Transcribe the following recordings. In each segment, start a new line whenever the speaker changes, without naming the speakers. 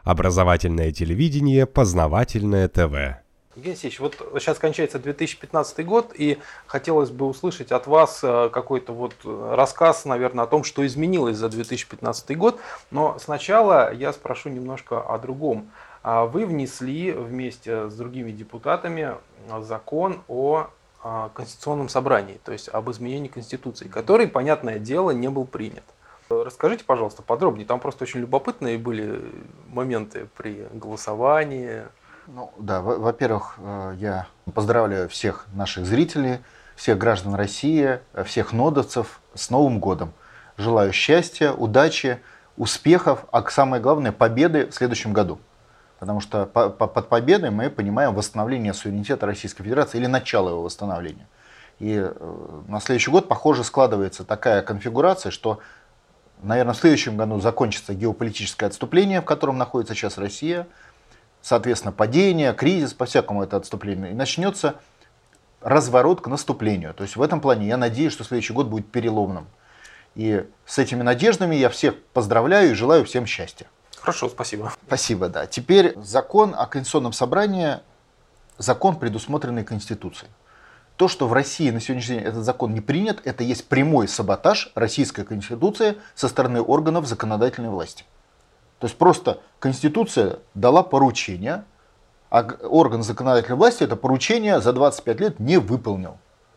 Образовательное телевидение, познавательное ТВ.
Евгений Алексеевич, вот сейчас кончается 2015 год, и хотелось бы услышать от вас какой-то вот рассказ, наверное, о том, что изменилось за 2015 год. Но сначала я спрошу немножко о другом. Вы внесли вместе с другими депутатами закон о Конституционном собрании, то есть об изменении Конституции, который, понятное дело, не был принят. Расскажите, пожалуйста, подробнее. Там просто очень любопытные были моменты при голосовании.
Ну, да, во-первых, я поздравляю всех наших зрителей, всех граждан России, всех нодовцев с Новым годом. Желаю счастья, удачи, успехов, а самое главное, победы в следующем году. Потому что под победой мы понимаем восстановление суверенитета Российской Федерации или начало его восстановления. И на следующий год, похоже, складывается такая конфигурация, что, наверное, в следующем году закончится геополитическое отступление, в котором находится сейчас Россия. Соответственно, падение, кризис, по-всякому это отступление. И начнется разворот к наступлению. То есть в этом плане я надеюсь, что следующий год будет переломным. И с этими надеждами я всех поздравляю и желаю всем счастья.
Хорошо, спасибо.
Спасибо, да. Теперь закон о Конституционном собрании, закон, предусмотренный Конституцией. То, что в России на сегодняшний день этот закон не принят, это есть прямой саботаж Российской Конституции со стороны органов законодательной власти. То есть просто Конституция дала поручение, а орган законодательной власти это поручение за 25 лет не выполнил.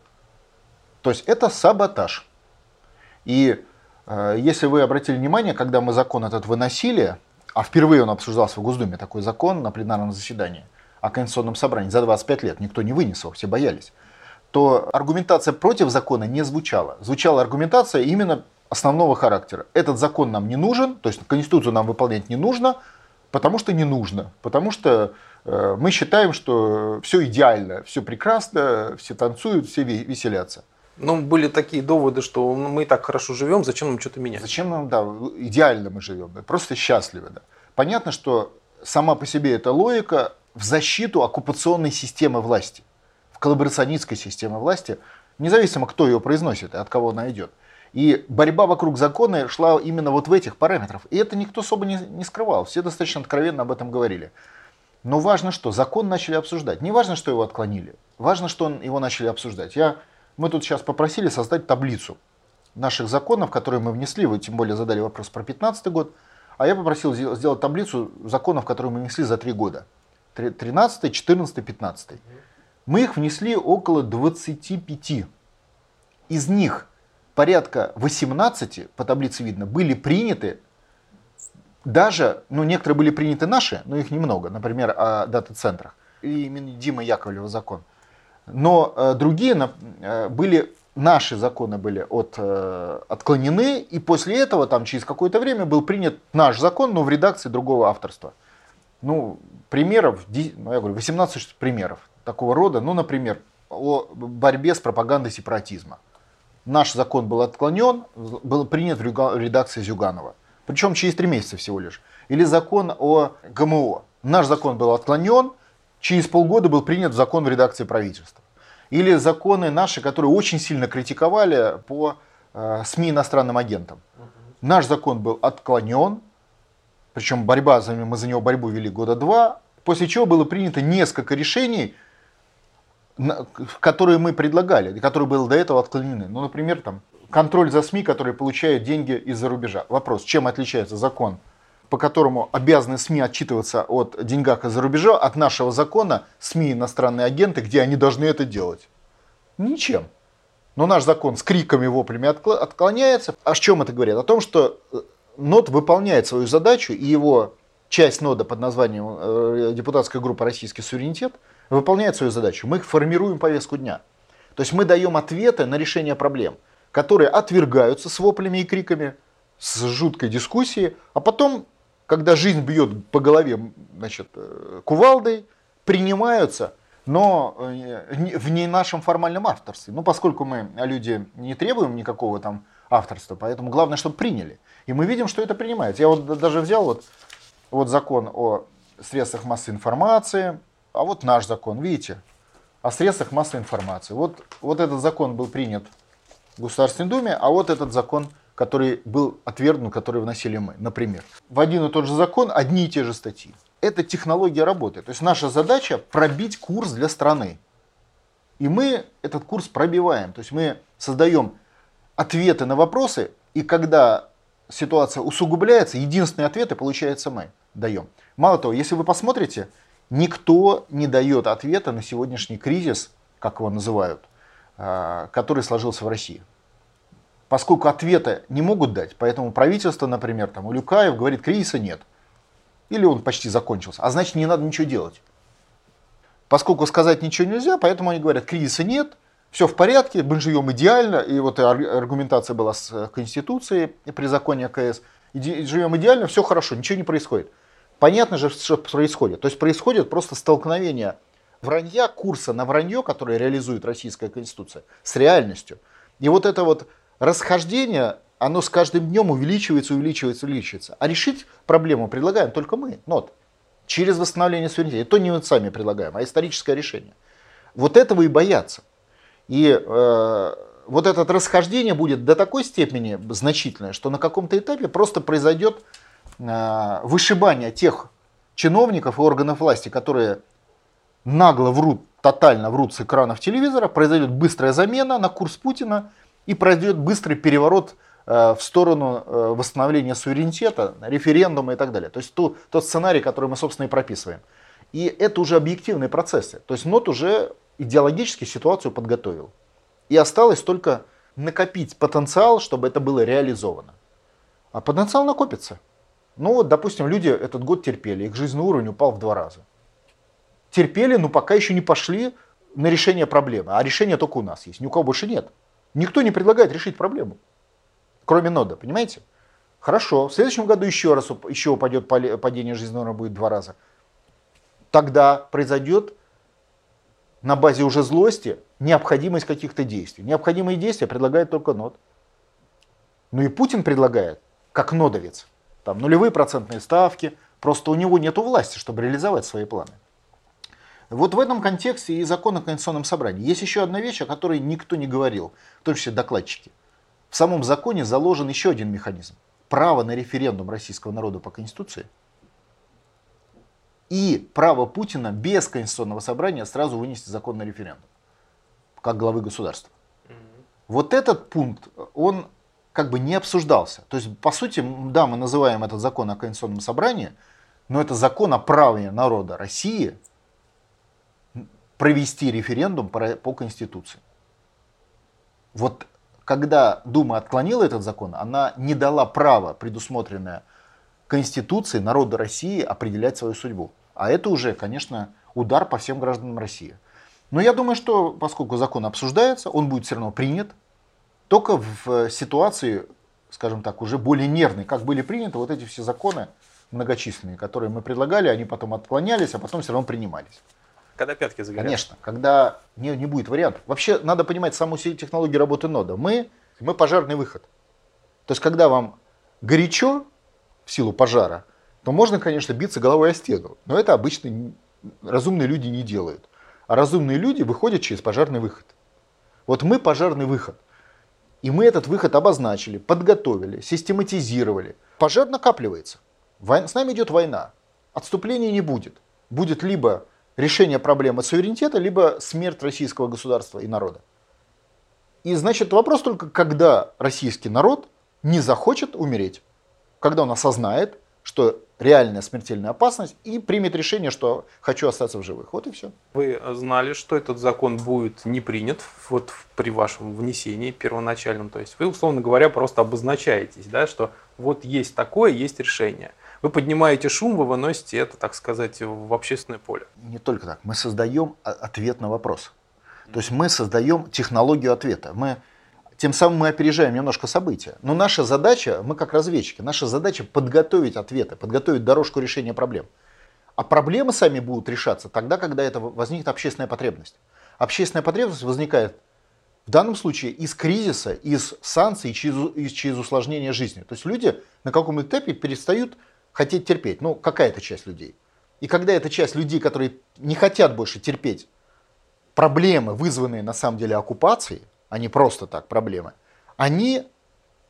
То есть это саботаж. И если вы обратили внимание, когда мы закон этот выносили, а впервые он обсуждался в Госдуме, такой закон на пленарном заседании о Конституционном собрании за 25 лет, никто не вынес его, все боялись, то аргументация против закона не звучала. Звучала аргументация именно основного характера. Этот закон нам не нужен, то есть Конституцию нам выполнять не нужно, потому что не нужно. Потому что мы считаем, что все идеально, все прекрасно, все танцуют, все веселятся.
Ну, были такие доводы, что мы и так хорошо живем, зачем нам что-то менять?
Зачем нам, да, идеально мы живем, просто счастливы. Да. Понятно, что сама по себе эта логика в защиту оккупационной системы власти, в коллаборационистской системе власти, независимо, кто ее произносит и от кого она идет. И борьба вокруг закона шла именно вот в этих параметрах. И это никто особо не скрывал. Все достаточно откровенно об этом говорили. Но важно, что закон начали обсуждать. Не важно, что его отклонили. Важно, что его начали обсуждать. Мы тут сейчас попросили создать таблицу наших законов, которые мы внесли. Вы тем более задали вопрос про 2015 год. А я попросил сделать таблицу законов, которые мы внесли за 3 года. 13, 14, 15. Мы их внесли около 25. Из них порядка 18, по таблице видно, были приняты, даже, некоторые были приняты наши, но их немного, например, о дата-центрах, и именно Димы Яковлева закон. Но другие наши законы были отклонены, и после этого, через какое-то время, был принят наш закон, но в редакции другого авторства. Примеров, я говорю, 18 примеров такого рода, например, о борьбе с пропагандой сепаратизма. Наш закон был отклонен, был принят в редакции Зюганова. Причем через 3 месяца всего лишь. Или закон о ГМО. Наш закон был отклонен, через полгода был принят закон в редакции правительства. Или законы наши, которые очень сильно критиковали по СМИ иностранным агентам. Наш закон был отклонен, причем мы за него борьбу вели 2 года, после чего было принято несколько решений, которые мы предлагали, которые были до этого отклонены. Например, контроль за СМИ, которые получают деньги из-за рубежа. Вопрос, чем отличается закон, по которому обязаны СМИ отчитываться о деньгах из-за рубежа, от нашего закона СМИ иностранные агенты, где они должны это делать? Ничем. Но наш закон с криками, воплями отклоняется. А о чем это говорит? О том, что НОД выполняет свою задачу, и его часть НОДа под названием депутатская группа «Российский суверенитет» выполняет свою задачу. Мы формируем повестку дня. То есть мы даем ответы на решение проблем, которые отвергаются с воплями и криками, с жуткой дискуссией, а потом, когда жизнь бьет по голове кувалдой, принимаются, но в не нашем формальном авторстве. Поскольку мы люди не требуем никакого авторства, поэтому главное, чтобы приняли. И мы видим, что это принимается. Я даже взял закон о средствах массовой информации, а вот наш закон, видите, о средствах массовой информации. Вот этот закон был принят в Государственной Думе, а вот этот закон который был отвергнут, который вносили мы, например. В один и тот же закон одни и те же статьи. Эта технология работает. То есть наша задача пробить курс для страны. И мы этот курс пробиваем. То есть мы создаем ответы на вопросы, и когда ситуация усугубляется, единственные ответы, получается, мы даем. Мало того, если вы посмотрите, никто не дает ответа на сегодняшний кризис, как его называют, который сложился в России. Поскольку ответа не могут дать, поэтому правительство, например, там, Улюкаев говорит, кризиса нет. Или он почти закончился, а значит не надо ничего делать. Поскольку сказать ничего нельзя, поэтому они говорят, кризиса нет, все в порядке, мы живем идеально, и вот аргументация была с Конституцией при законе АКС, живем идеально, все хорошо, ничего не происходит. Понятно же, что происходит. То есть происходит просто столкновение вранья, курса на вранье, которое реализует Российская Конституция, с реальностью. И вот это вот расхождение, оно с каждым днем увеличивается. А решить проблему предлагаем только мы, через восстановление суверенитета. И то не мы сами предлагаем, а историческое решение. Вот этого и боятся. И вот это расхождение будет до такой степени значительное, что на каком-то этапе просто произойдет вышибание тех чиновников и органов власти, которые нагло врут, тотально врут с экранов телевизора, произойдет быстрая замена на курс Путина и произойдет быстрый переворот в сторону восстановления суверенитета, референдума и так далее. То есть тот сценарий, который мы, собственно, и прописываем. И это уже объективные процессы. То есть НОТ уже идеологически ситуацию подготовил. И осталось только накопить потенциал, чтобы это было реализовано. А потенциал накопится. Допустим, люди этот год терпели, их жизненный уровень упал в 2 раза. Терпели, но пока еще не пошли на решение проблемы. А решение только у нас есть, ни у кого больше нет. Никто не предлагает решить проблему, кроме НОДа, понимаете? Хорошо, в следующем году еще упадет падение жизненного уровня, будет 2 раза. Тогда произойдет на базе уже злости необходимость каких-то действий. Необходимые действия предлагает только НОД. И Путин предлагает, как нодовец, там нулевые процентные ставки, просто у него нет власти, чтобы реализовать свои планы. Вот в этом контексте и закон о Конституционном собрании. Есть еще одна вещь, о которой никто не говорил, в том числе докладчики. В самом законе заложен еще один механизм. Право на референдум российского народа по Конституции и право Путина без Конституционного собрания сразу вынести закон на референдум, как главы государства. Вот этот пункт, он как бы не обсуждался. То есть, по сути, да, мы называем этот закон о Конституционном собрании, но это закон о праве народа России провести референдум по Конституции. Вот когда Дума отклонила этот закон, она не дала права, предусмотренное Конституцией, народу России определять свою судьбу. А это уже, конечно, удар по всем гражданам России. Но я думаю, что поскольку закон обсуждается, он будет все равно принят, только в ситуации, скажем так, уже более нервной, как были приняты вот эти все законы многочисленные, которые мы предлагали, они потом отклонялись, а потом все равно принимались.
Когда пятки загорят.
Конечно, когда не будет вариантов. Вообще надо понимать саму технологию работы нода. Мы пожарный выход. То есть когда вам горячо в силу пожара, то можно, конечно, биться головой о стену. Но это обычно разумные люди не делают. А разумные люди выходят через пожарный выход. Вот мы пожарный выход. И мы этот выход обозначили, подготовили, систематизировали. Пожар накапливается. С нами идет война. Отступления не будет. Будет либо решение проблемы суверенитета, либо смерть российского государства и народа. И значит вопрос только, когда российский народ не захочет умереть. Когда он осознает, что реальная смертельная опасность, и примет решение, что хочу остаться в живых. Вот и все.
Вы знали, что этот закон будет не принят вот при вашем внесении первоначальном. То есть вы, условно говоря, просто обозначаетесь, да, что вот есть такое, есть решение. Вы поднимаете шум, вы выносите это, так сказать, в общественное поле.
Не только так. Мы создаем ответ на вопрос. То есть мы создаем технологию ответа. Тем самым мы опережаем немножко события. Но наша задача, мы как разведчики, наша задача подготовить ответы, подготовить дорожку решения проблем. А проблемы сами будут решаться тогда, когда это возникнет общественная потребность. Общественная потребность возникает в данном случае из кризиса, из санкций, через усложнение жизни. То есть люди на каком-то этапе перестают хотеть терпеть. Какая-то часть людей. И когда эта часть людей, которые не хотят больше терпеть проблемы, вызванные на самом деле оккупацией, а не просто так проблемы, они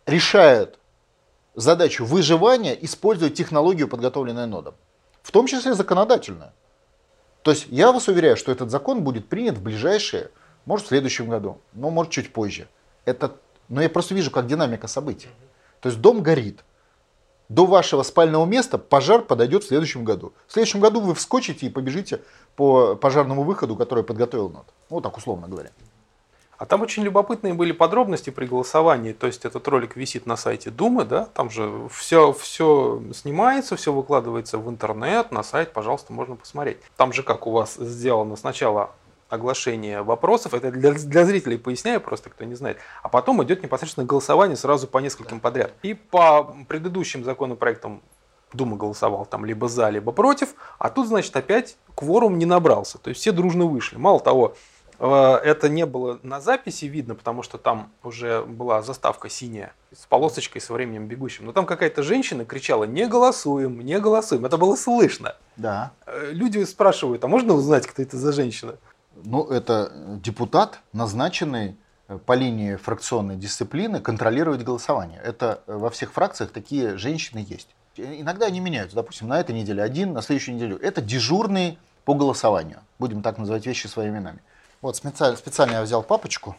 решают задачу выживания, используя технологию, подготовленную нодом, в том числе законодательную. То есть я вас уверяю, что этот закон будет принят в ближайшие, может в следующем году, но может чуть позже. Но я просто вижу, как динамика событий. То есть дом горит. До вашего спального места пожар подойдет в следующем году. В следующем году вы вскочите и побежите по пожарному выходу, который подготовил НОД. Вот так условно говоря.
А там очень любопытные были подробности при голосовании. То есть этот ролик висит на сайте Думы, да? Там же все снимается, все выкладывается в интернет, на сайт, пожалуйста, можно посмотреть. Там же как у вас сделано сначала оглашение вопросов, это для зрителей поясняю просто, кто не знает, а потом идет непосредственно голосование сразу по нескольким подряд. И по предыдущим законопроектам Дума голосовал там либо за, либо против, а тут, значит, опять кворум не набрался, то есть все дружно вышли. Мало того, это не было на записи видно, потому что там уже была заставка синяя с полосочкой со временем бегущим. Но там какая-то женщина кричала: не голосуем, не голосуем. Это было слышно.
Да.
Люди спрашивают: а можно узнать, кто это за женщина?
Ну, это депутат, назначенный по линии фракционной дисциплины контролировать голосование. Это во всех фракциях такие женщины есть. Иногда они меняются. Допустим, на этой неделе один, на следующей неделе. Это дежурные по голосованию. Будем так называть вещи своими именами. Вот специально я взял папочку.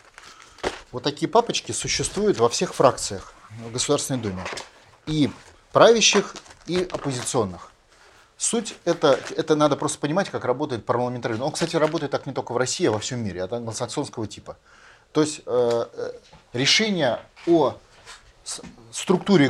Вот такие папочки существуют во всех фракциях в Государственной Думе. И правящих, и оппозиционных. Суть это надо просто понимать, как работает парламентаризм. Он, кстати, работает так не только в России, а во всем мире. Это англосаксонского типа. То есть решение о структуре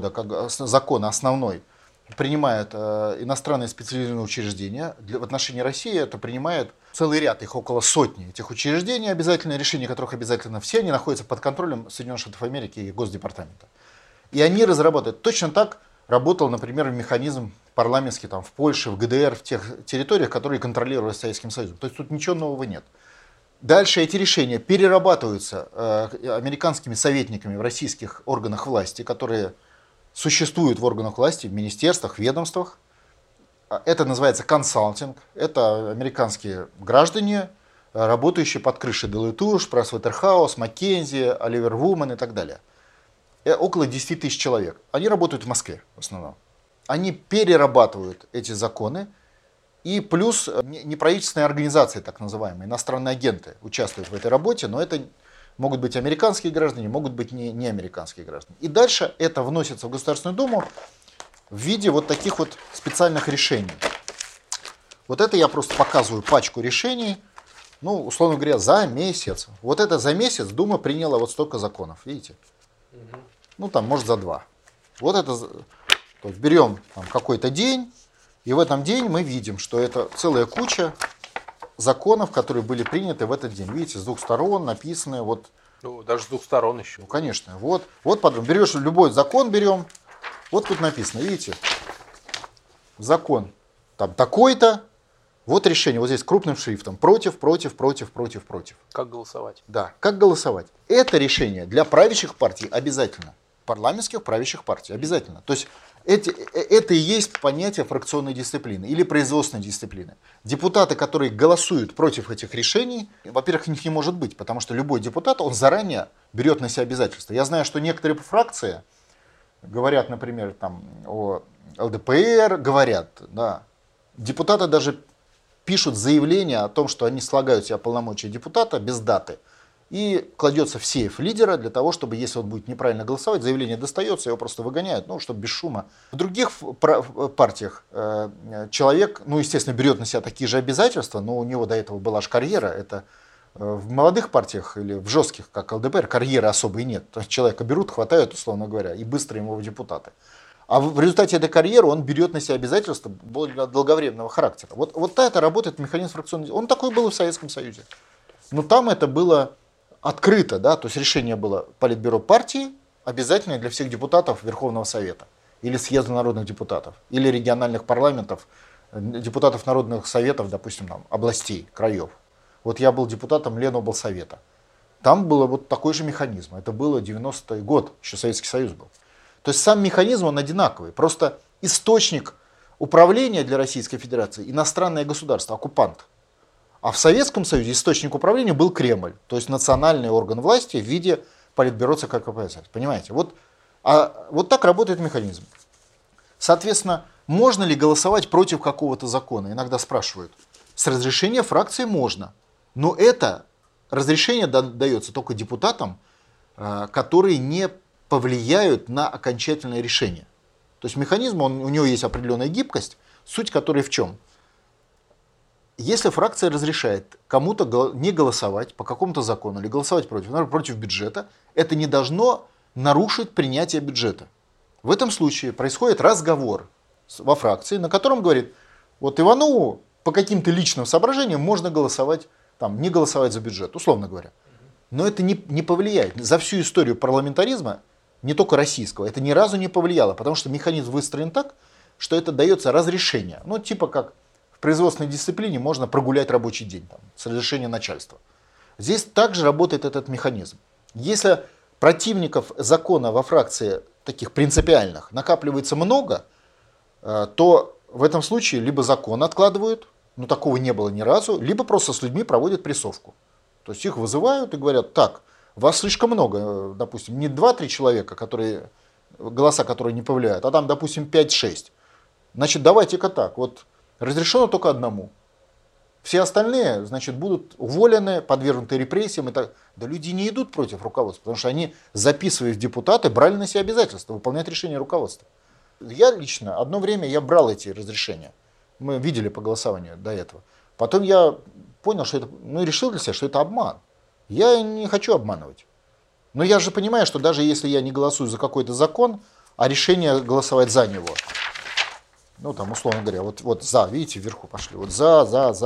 закона основной принимают иностранные специализированные учреждения. В отношении России это принимает целый ряд, их около сотни этих учреждений, обязательное решение которых обязательно все, они находятся под контролем Соединенных Штатов Америки и Госдепартамента. И они разрабатывают. Точно так работал, например, механизм парламентский в Польше, в ГДР, в тех территориях, которые контролировались Советским Союзом. То есть тут ничего нового нет. Дальше эти решения перерабатываются американскими советниками в российских органах власти, которые существуют в органах власти, в министерствах, ведомствах. Это называется консалтинг. Это американские граждане, работающие под крышей Deloitte Touche, Pricewaterhouse, McKinsey, Oliver Wyman и так далее. Около 10 тысяч человек. Они работают в Москве в основном. Они перерабатывают эти законы. И плюс неправительственные организации, так называемые, иностранные агенты участвуют в этой работе, но это могут быть американские граждане, могут быть не американские граждане. И дальше это вносится в Государственную Думу в виде вот таких вот специальных решений. Вот это я просто показываю пачку решений, ну, условно говоря, за месяц. Вот это за месяц Дума приняла вот столько законов, видите? Ну, там, может, за 2. Вот это, то есть берем какой-то день, и в этом день мы видим, что это целая куча законов, которые были приняты в этот день. Видите, с двух сторон написаны. Вот.
Ну, даже с двух сторон еще.
Ну, конечно. Вот подробно. Берешь любой закон, берем. Вот тут написано, видите, закон там такой-то. Вот решение, вот здесь крупным шрифтом. Против, против, против, против, против.
Как голосовать?
Да, как голосовать. Это решение для правящих партий обязательно. Парламентских правящих партий обязательно. То есть это и есть понятие фракционной дисциплины или производственной дисциплины. Депутаты, которые голосуют против этих решений, во-первых, их не может быть, потому что любой депутат, он заранее берет на себя обязательства. Я знаю, что некоторые фракции говорят, например, о ЛДПР, да, депутаты даже пишут заявление о том, что они слагают себя полномочия депутата без даты. И кладется в сейф лидера для того, чтобы, если он будет неправильно голосовать, заявление достается, его просто выгоняют, чтобы без шума. В других партиях человек, естественно, берет на себя такие же обязательства, но у него до этого была же карьера. Это в молодых партиях или в жестких, как ЛДПР, карьеры особой нет. То есть человека берут, хватают, условно говоря, и быстро ему в депутаты. А в результате этой карьеры он берет на себя обязательства более долговременного характера. Вот это работает механизм фракционный. Он такой был и в Советском Союзе. Но там это было открыто, да, то есть решение было Политбюро партии, обязательное для всех депутатов Верховного Совета, или съезда народных депутатов, или региональных парламентов, депутатов народных советов, допустим, областей, краев. Вот я был депутатом Леноблсовета. Там был вот такой же механизм. Это было 90-й год, еще Советский Союз был. То есть сам механизм, он одинаковый. Просто источник управления для Российской Федерации иностранное государство, оккупант. А в Советском Союзе источник управления был Кремль, то есть национальный орган власти в виде Политбюро ЦК КПСС. Понимаете? Вот так работает механизм. Соответственно, можно ли голосовать против какого-то закона? Иногда спрашивают. С разрешения фракции можно. Но это разрешение дается только депутатам, которые не повлияют на окончательное решение. То есть механизм, у него есть определенная гибкость, суть которой в чем? Если фракция разрешает кому-то не голосовать по какому-то закону или голосовать против, например, против бюджета, это не должно нарушить принятие бюджета. В этом случае происходит разговор во фракции, на котором говорит, вот Иванову по каким-то личным соображениям можно голосовать, не голосовать за бюджет, условно говоря. Но это не повлияет. За всю историю парламентаризма, не только российского, это ни разу не повлияло, потому что механизм выстроен так, что это дается разрешение. Типа как в производственной дисциплине можно прогулять рабочий день с разрешения начальства. Здесь также работает этот механизм. Если противников закона во фракции таких принципиальных накапливается много, то в этом случае либо закон откладывают, но такого не было ни разу, либо просто с людьми проводят прессовку. То есть их вызывают и говорят, так, вас слишком много, допустим, не 2-3 человека, голоса которые не повлияют, а там, допустим, 5-6. Значит, давайте-ка так, вот разрешено только одному. Все остальные, значит, будут уволены, подвергнуты репрессиям. Да люди не идут против руководства, потому что они, записываясь в депутаты, брали на себя обязательство выполнять решение руководства. Я лично, одно время я брал эти разрешения. Мы видели по голосованию до этого. Потом я понял, что это, решил для себя, что это обман. Я не хочу обманывать. Но я же понимаю, что даже если я не голосую за какой-то закон, а решение голосовать за него, условно говоря, вот за, видите, вверху пошли, вот за.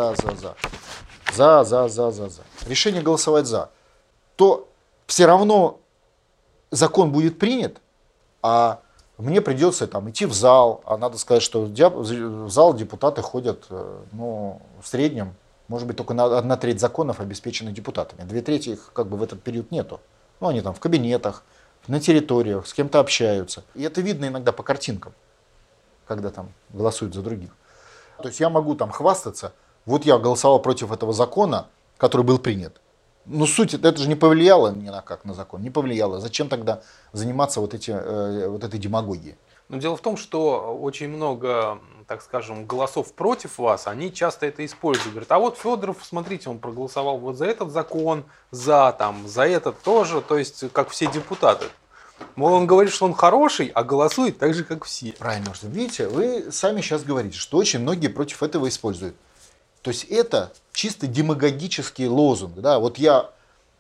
Решение голосовать за, то все равно закон будет принят, а мне придется идти в зал, а надо сказать, что в зал депутаты ходят, в среднем, может быть, только на 1/3 законов обеспечены депутатами. 2/3 их в этот период нету. Они в кабинетах, на территориях, с кем-то общаются. И это видно иногда по картинкам, когда голосуют за других. То есть я могу хвастаться, вот я голосовал против этого закона, который был принят. Но суть, это же не повлияло ни на как на закон, не повлияло. Зачем тогда заниматься вот этой демагогией?
Но дело в том, что очень много, так скажем, голосов против вас, они часто это используют. Говорят, а вот Федоров, смотрите, он проголосовал вот за этот закон, за этот тоже, то есть как все депутаты. Мол, он говорит, что он хороший, а голосует так же, как все.
Правильно, что видите, вы сами сейчас говорите, что очень многие против этого используют. То есть это чисто демагогический лозунг. Да? Вот я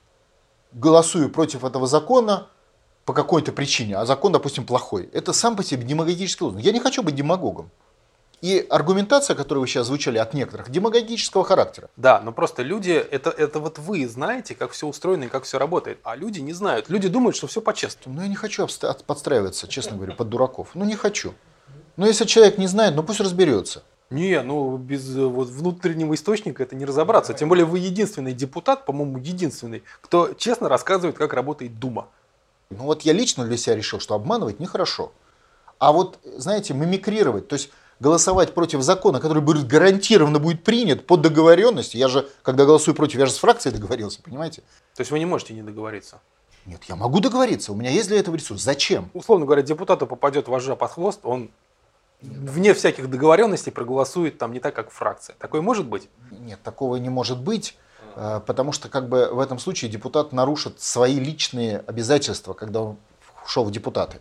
голосую против этого закона по какой-то причине, а закон, допустим, плохой. Это сам по себе демагогический лозунг. Я не хочу быть демагогом. И аргументация, которую вы сейчас звучали от некоторых, демагогического характера.
Да, но просто люди, это вот вы знаете, как все устроено и как все работает, а люди не знают. Люди думают, что все по-честному.
Я не хочу подстраиваться, честно говоря, под дураков. Не хочу. Но если человек не знает, пусть разберется.
Не, без внутреннего источника это не разобраться. Тем более вы единственный депутат, по-моему, единственный, кто честно рассказывает, как работает Дума.
Я лично для себя решил, что обманывать нехорошо. А знаете, мимикрировать, то есть голосовать против закона, который гарантированно будет принят по договоренности. Я же, когда голосую против, я же с фракцией договорился, понимаете?
То есть вы не можете не договориться?
Нет, я могу договориться, у меня есть для этого ресурс. Зачем?
Условно говоря, депутату попадет вожжа под хвост, он вне всяких договоренностей проголосует не так, как фракция. Такое может быть?
Нет, такого не может быть, потому что в этом случае депутат нарушит свои личные обязательства, когда он шел в депутаты.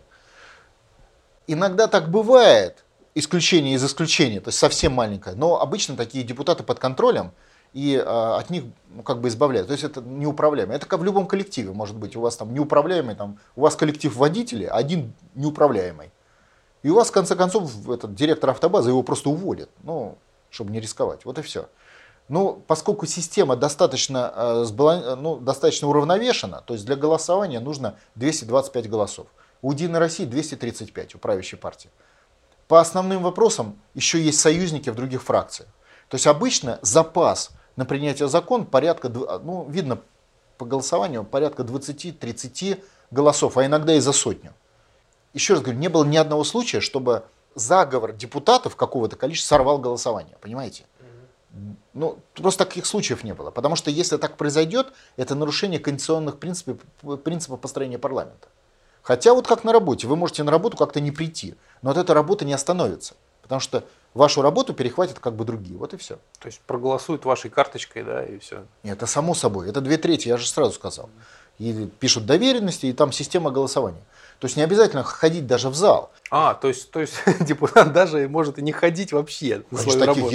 Иногда так бывает, исключение из исключения, то есть совсем маленькое, но обычно такие депутаты под контролем, и от них избавляют. То есть это неуправляемый. Это как в любом коллективе может быть. У вас неуправляемый, у вас коллектив водителей, один неуправляемый. И у вас, в конце концов, этот директор автобазы его просто уволит, чтобы не рисковать. Вот и все. Поскольку система достаточно уравновешена, то есть для голосования нужно 225 голосов. У «Единой России» 235, у правящей партии. По основным вопросам еще есть союзники в других фракциях. То есть обычно запас на принятие закона порядка, видно по голосованию, порядка 20-30 голосов, а иногда и за 100. Еще раз говорю, не было ни одного случая, чтобы заговор депутатов какого-то количества сорвал голосование, понимаете? Ну, просто таких случаев не было. Потому что если так произойдет, это нарушение конституционных принципов построения парламента. Хотя вот как на работе, вы можете на работу как-то не прийти, но от этой работы не остановится. Потому что вашу работу перехватят как бы другие. Вот и все.
То есть проголосуют вашей карточкой, да, и все.
Это само собой. Это 2/3, я же сразу сказал. И пишут доверенности, и там система голосования. То есть не обязательно ходить даже в зал.
То есть депутат даже может и не ходить вообще на свою работу.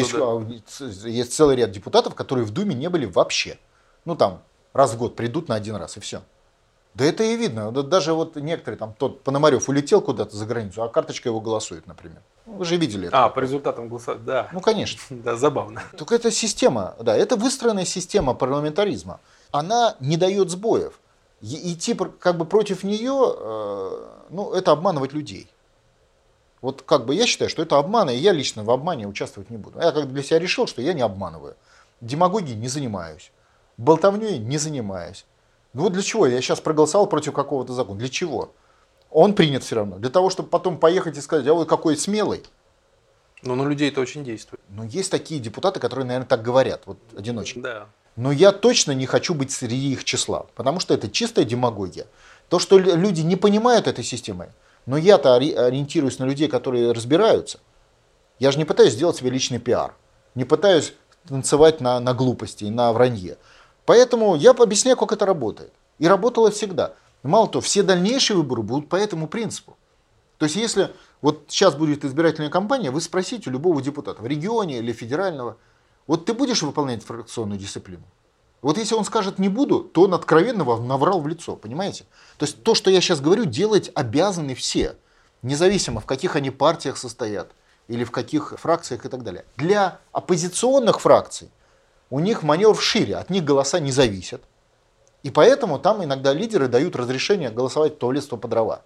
Есть целый ряд депутатов, которые в Думе не были вообще. Ну там раз в год придут на один раз и все. Да это и видно. Даже вот некоторые, там тот Пономарев улетел куда-то за границу, а карточка его голосует, например. Вы же видели это.
По результатам голосования, да.
Ну конечно.
Да, забавно.
Только это система, да, это выстроенная система парламентаризма. Она не дает сбоев. Идти как бы против нее, это обманывать людей. Вот как бы я считаю, что это обман, и я лично в обмане участвовать не буду. Я как для себя решил, что я не обманываю. Демагогией не занимаюсь. Болтовней не занимаюсь. Ну вот для чего? Я сейчас проголосовал против какого-то закона. Для чего? Он принят все равно. Для того, чтобы потом поехать и сказать, а вы какой смелый.
Но на людей это очень действует.
Но есть такие депутаты, которые, наверное, так говорят, вот одиночки.
Да.
Но я точно не хочу быть среди их числа, потому что это чистая демагогия. То, что люди не понимают этой системы, но я-то ориентируюсь на людей, которые разбираются. Я же не пытаюсь сделать себе личный пиар, не пытаюсь танцевать на глупости, на вранье. Поэтому я объясняю, как это работает. И работало всегда. Мало того, все дальнейшие выборы будут по этому принципу. То есть если вот сейчас будет избирательная кампания, вы спросите у любого депутата, в регионе или федерального, вот ты будешь выполнять фракционную дисциплину? Вот если он скажет «не буду», то он откровенно вам наврал в лицо, понимаете? То есть то, что я сейчас говорю, делать обязаны все, независимо в каких они партиях состоят или в каких фракциях и так далее. Для оппозиционных фракций у них маневр шире, от них голоса не зависят. И поэтому там иногда лидеры дают разрешение голосовать то в лес, то по дрова.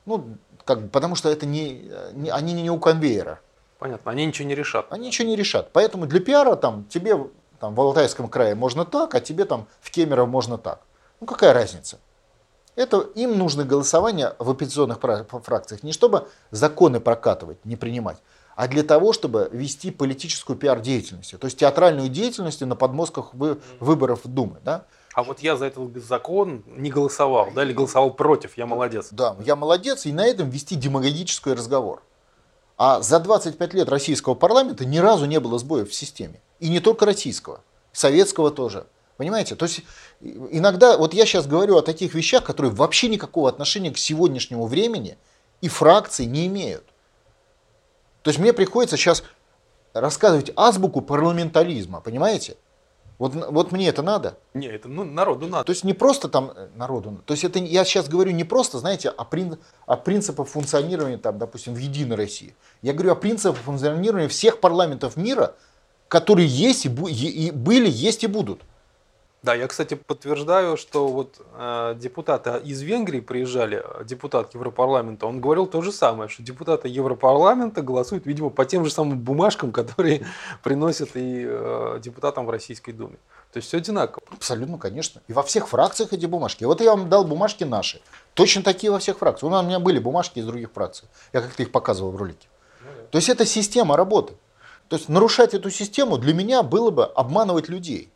Потому что это они не у конвейера.
Понятно, они ничего не решат.
Они ничего не решат. Поэтому для пиара тебе в Алтайском крае можно так, а тебе там в Кемерово можно так. Ну какая разница? Им нужно голосование в оппозиционных фракциях не чтобы законы прокатывать, не принимать, а для того, чтобы вести политическую пиар-деятельность. То есть театральную деятельность на подмостках выборов Думы. Да?
А вот я за этот закон не голосовал, да, или голосовал против, я молодец.
Да, я молодец, и на этом вести демагогический разговор. А за 25 лет российского парламента ни разу не было сбоев в системе. И не только российского, советского тоже. Понимаете? То есть иногда, вот я сейчас говорю о таких вещах, которые вообще никакого отношения к сегодняшнему времени и фракции не имеют. То есть мне приходится сейчас рассказывать азбуку парламентаризма, понимаете? Вот мне это надо.
Не, это народу надо.
То есть не просто там народу. То есть это я сейчас говорю не просто, знаете, о принципах функционирования, там, допустим, в Единой России. Я говорю о принципах функционирования всех парламентов мира, которые есть и были, есть и будут.
Да, я, кстати, подтверждаю, что вот депутаты из Венгрии приезжали, депутат Европарламента, он говорил то же самое, что депутаты Европарламента голосуют, видимо, по тем же самым бумажкам, которые приносят и депутатам в Российской Думе. То есть все одинаково.
Абсолютно, конечно. И во всех фракциях эти бумажки. Вот я вам дал бумажки наши. Точно такие во всех фракциях. У меня были бумажки из других фракций. Я как-то их показывал в ролике. То есть это система работы. То есть нарушать эту систему для меня было бы обманывать людей.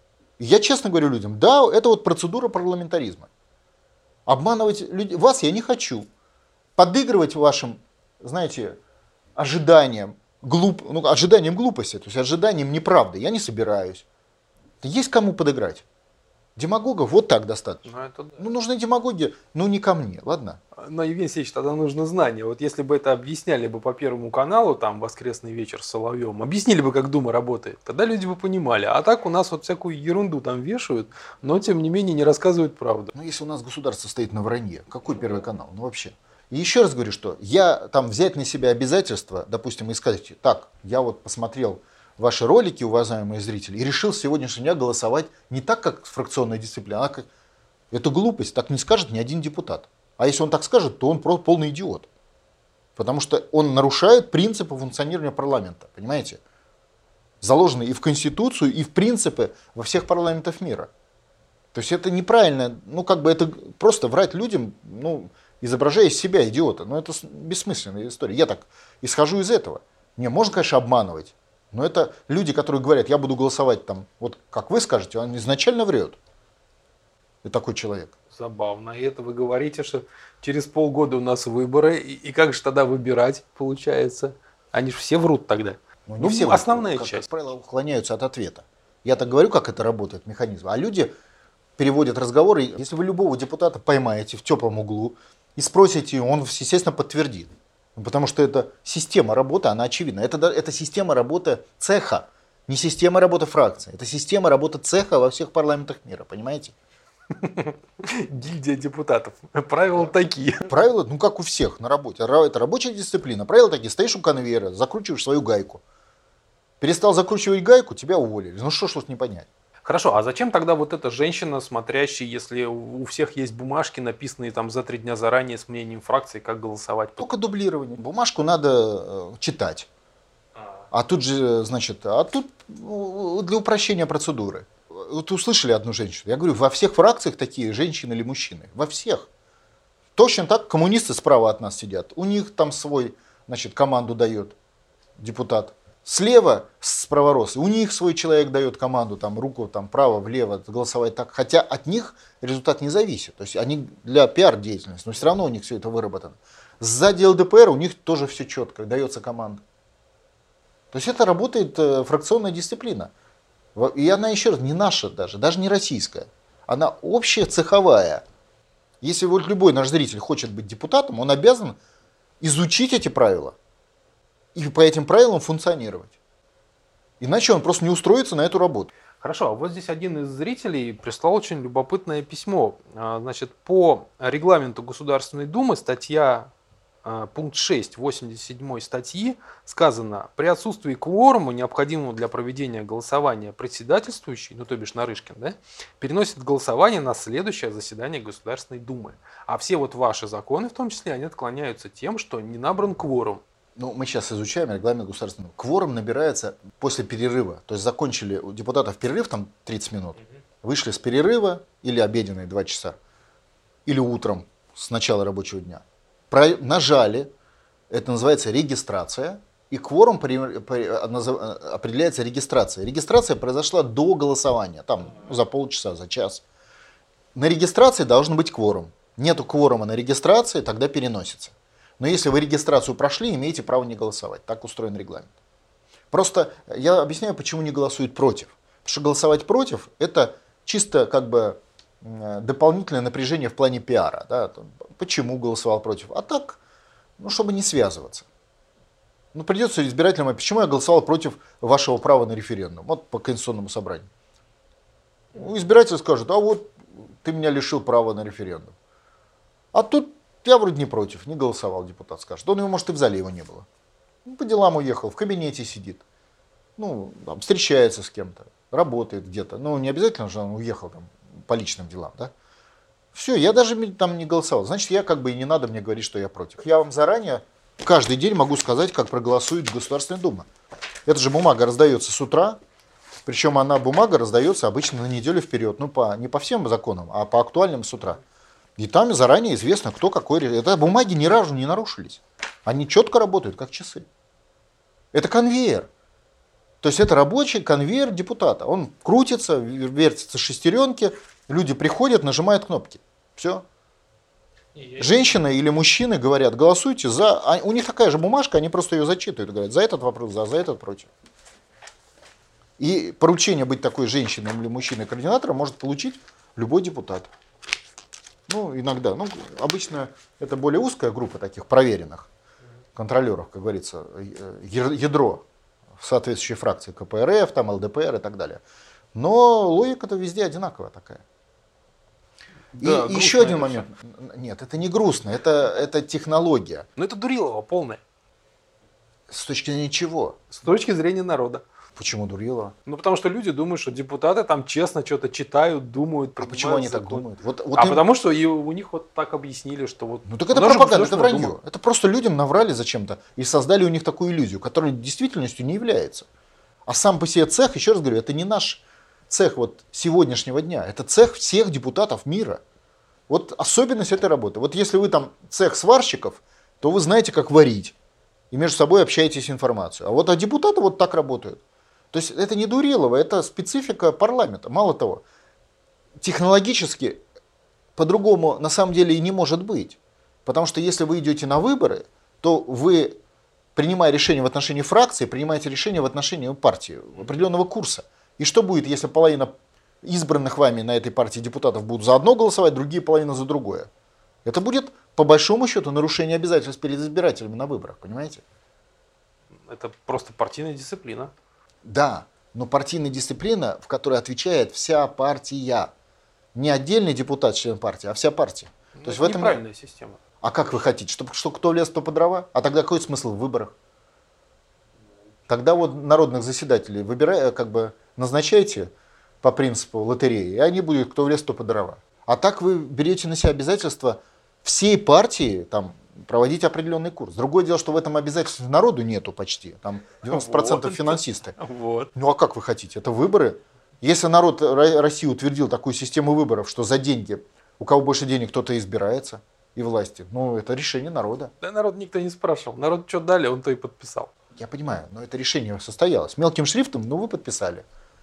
Я честно говорю людям, да, это вот процедура парламентаризма. Обманывать людей, вас я не хочу. Подыгрывать вашим, знаете, ожиданиям глупости, то есть ожиданиям неправды я не собираюсь. Есть кому подыграть. Демагогов вот так достаточно. Нужна демагогия, но не ко мне, ладно?
Но, Евгений Алексеевич, тогда нужно знание. Вот если бы это объясняли бы по Первому каналу, там, «Воскресный вечер» с Соловьевым, объяснили бы, как Дума работает, тогда люди бы понимали. А так у нас вот всякую ерунду там вешают, но, тем не менее, не рассказывают правду.
Ну, если у нас государство стоит на вранье, какой Первый канал? Ну, вообще. И еще раз говорю, что я там взять на себя обязательства, допустим, и сказать, так, я вот посмотрел ваши ролики, уважаемые зрители, и решил с сегодняшнего дня голосовать не так, как фракционная дисциплина, а как... Это глупость, так не скажет ни один депутат. А если он так скажет, то он полный идиот. Потому что он нарушает принципы функционирования парламента, понимаете? Заложенные и в Конституцию, и в принципы во всех парламентах мира. То есть это неправильно, это просто врать людям, изображая из себя идиота. Но это бессмысленная история. Я так исхожу из этого. Можно, конечно, обманывать. Но это люди, которые говорят, я буду голосовать там, вот как вы скажете, он изначально врет. И такой человек.
Забавно. И это вы говорите, что через полгода у нас выборы, и как же тогда выбирать, получается? Они же все врут тогда.
Ну,
Ну,
все
основная
как
часть.
правило, уклоняются от ответа. Я так говорю, как это работает, механизм. А люди переводят разговоры. Если вы любого депутата поймаете в теплом углу и спросите, он, естественно, подтвердит. Потому что это система работы, она очевидна. Это система работы цеха, не система работы фракции. Это система работы цеха во всех парламентах мира, понимаете?
Гильдия депутатов. Правила такие.
Правила, ну как у всех на работе. Это рабочая дисциплина. Правила такие. Стоишь у конвейера, закручиваешь свою гайку. Перестал закручивать гайку, тебя уволили. Ну что ж тут не понять.
Хорошо, а зачем тогда вот эта женщина, смотрящая, если у всех есть бумажки, написанные там за 3 дня заранее с мнением фракции, как голосовать?
Только дублирование. Бумажку надо читать. А тут же, значит, для упрощения процедуры. Вот услышали одну женщину. Я говорю, во всех фракциях такие женщины или мужчины. Во всех. Точно так коммунисты справа от нас сидят. У них там свой, значит, команду дает депутат. Слева справоросы, у них свой человек дает команду, там, руку там, право, влево, голосовать так. Хотя от них результат не зависит. То есть они для пиар-деятельности, но все равно у них все это выработано. Сзади ЛДПР у них тоже все четко, дается команда. То есть это работает фракционная дисциплина. И она, еще раз, не наша даже не российская. Она общая, цеховая. Если вот любой наш зритель хочет быть депутатом, он обязан изучить эти правила и по этим правилам функционировать. Иначе он просто не устроится на эту работу.
Хорошо, а вот здесь один из зрителей прислал очень любопытное письмо. Значит, по регламенту Государственной Думы, статья, пункт 6 87 статьи, сказано, при отсутствии кворума, необходимого для проведения голосования, председательствующий, ну то бишь Нарышкин, да, переносит голосование на следующее заседание Государственной Думы. А все вот ваши законы, в том числе, они отклоняются тем, что не набран кворум.
Ну, мы сейчас изучаем регламент государственного. Кворум набирается после перерыва. То есть закончили у депутатов перерыв, там 30 минут, вышли с перерыва или обеденные 2 часа, или утром с начала рабочего дня. Нажали, это называется регистрация, и кворум определяется регистрацией. Регистрация произошла до голосования, там за полчаса, за час. На регистрации должен быть кворум. Нету кворума на регистрации, тогда переносится. Но если вы регистрацию прошли, имеете право не голосовать. Так устроен регламент. Просто я объясняю, почему не голосуют против. Потому что голосовать против – это чисто как бы дополнительное напряжение в плане пиара. Да? Почему голосовал против? А так, ну, чтобы не связываться. Ну, придется избирателям, почему я голосовал против вашего права на референдум? Вот по Конституционному собранию. Ну, избиратель скажет, а вот ты меня лишил права на референдум. А тут я вроде не против, не голосовал, депутат скажет. Он, может, и в зале его не было. Ну, по делам уехал, в кабинете сидит. Ну, там, встречается с кем-то, работает где-то. Ну, не обязательно же он уехал там, по личным делам, да? Все, я даже там не голосовал. Значит, я как бы и не надо мне говорить, что я против. Я вам заранее каждый день могу сказать, как проголосует Государственная Дума. Эта же бумага раздается с утра. Причем бумага раздается обычно на неделю вперед. Ну, не по всем законам, а по актуальным с утра. И там заранее известно, кто какой. Это бумаги ни разу не нарушились. Они четко работают, как часы. Это конвейер. То есть это рабочий конвейер депутата. Он крутится, вертятся шестеренки, люди приходят, нажимают кнопки. Все. Женщина или мужчины говорят, голосуйте за... У них такая же бумажка, они просто ее зачитывают. Говорят, за этот вопрос, за этот против. И поручение быть такой женщиной или мужчиной-координатором может получить любой депутат. Ну, иногда. Ну, обычно это более узкая группа таких проверенных контролеров, как говорится, ядро в соответствующей фракции КПРФ, там, ЛДПР и так далее. Но логика-то везде одинаковая такая. Да, и еще один момент. Нет, это не грустно, это технология.
Но это дурилово полное.
С точки зрения чего?
С точки зрения народа.
Почему дурилово?
Ну, потому что люди думают, что депутаты там честно что-то читают, думают.
А почему они так думают?
Потому что у них вот так объяснили, что вот...
Ну так это пропаганда, это вранье. Думаю. Это просто людям наврали зачем-то и создали у них такую иллюзию, которая действительностью не является. А сам по себе цех, еще раз говорю, это не наш цех вот сегодняшнего дня. Это цех всех депутатов мира. Вот особенность этой работы. Вот если вы там цех сварщиков, то вы знаете, как варить. и между собой общаетесь информацию. А вот депутаты вот так работают. То есть это не Дурилово, это специфика парламента. Мало того, технологически по-другому на самом деле и не может быть. Потому что если вы идете на выборы, то вы, принимая решение в отношении фракции, принимаете решение в отношении партии, определенного курса. И что будет, если половина избранных вами на этой партии депутатов будут за одно голосовать, другие половина за другое? Это будет, по большому счету, нарушение обязательств перед избирателями на выборах, понимаете?
Это просто партийная дисциплина.
Да, но партийная дисциплина, в которой отвечает вся партия. Не отдельный депутат, член партии, а вся партия. То есть в этом
неправильная система.
А как вы хотите? Чтобы что кто лез, то по дрова? А тогда какой смысл в выборах? Тогда вот народных заседателей назначайте по принципу лотереи, и они будут кто в лес, то по дрова. А так вы берете на себя обязательства всей партии там, проводить определенный курс. Другое дело, что в этом обязательстве народу нету почти. Там 90% финансисты.
Вот.
Ну а как вы хотите? Это выборы. Если народ России утвердил такую систему выборов, что за деньги, у кого больше денег, кто-то избирается и власти, ну это решение народа.
Да народ никто не спрашивал. Народ что дали, он то и подписал.
Я понимаю, но это решение состоялось. Мелким шрифтом, ну вы подписали.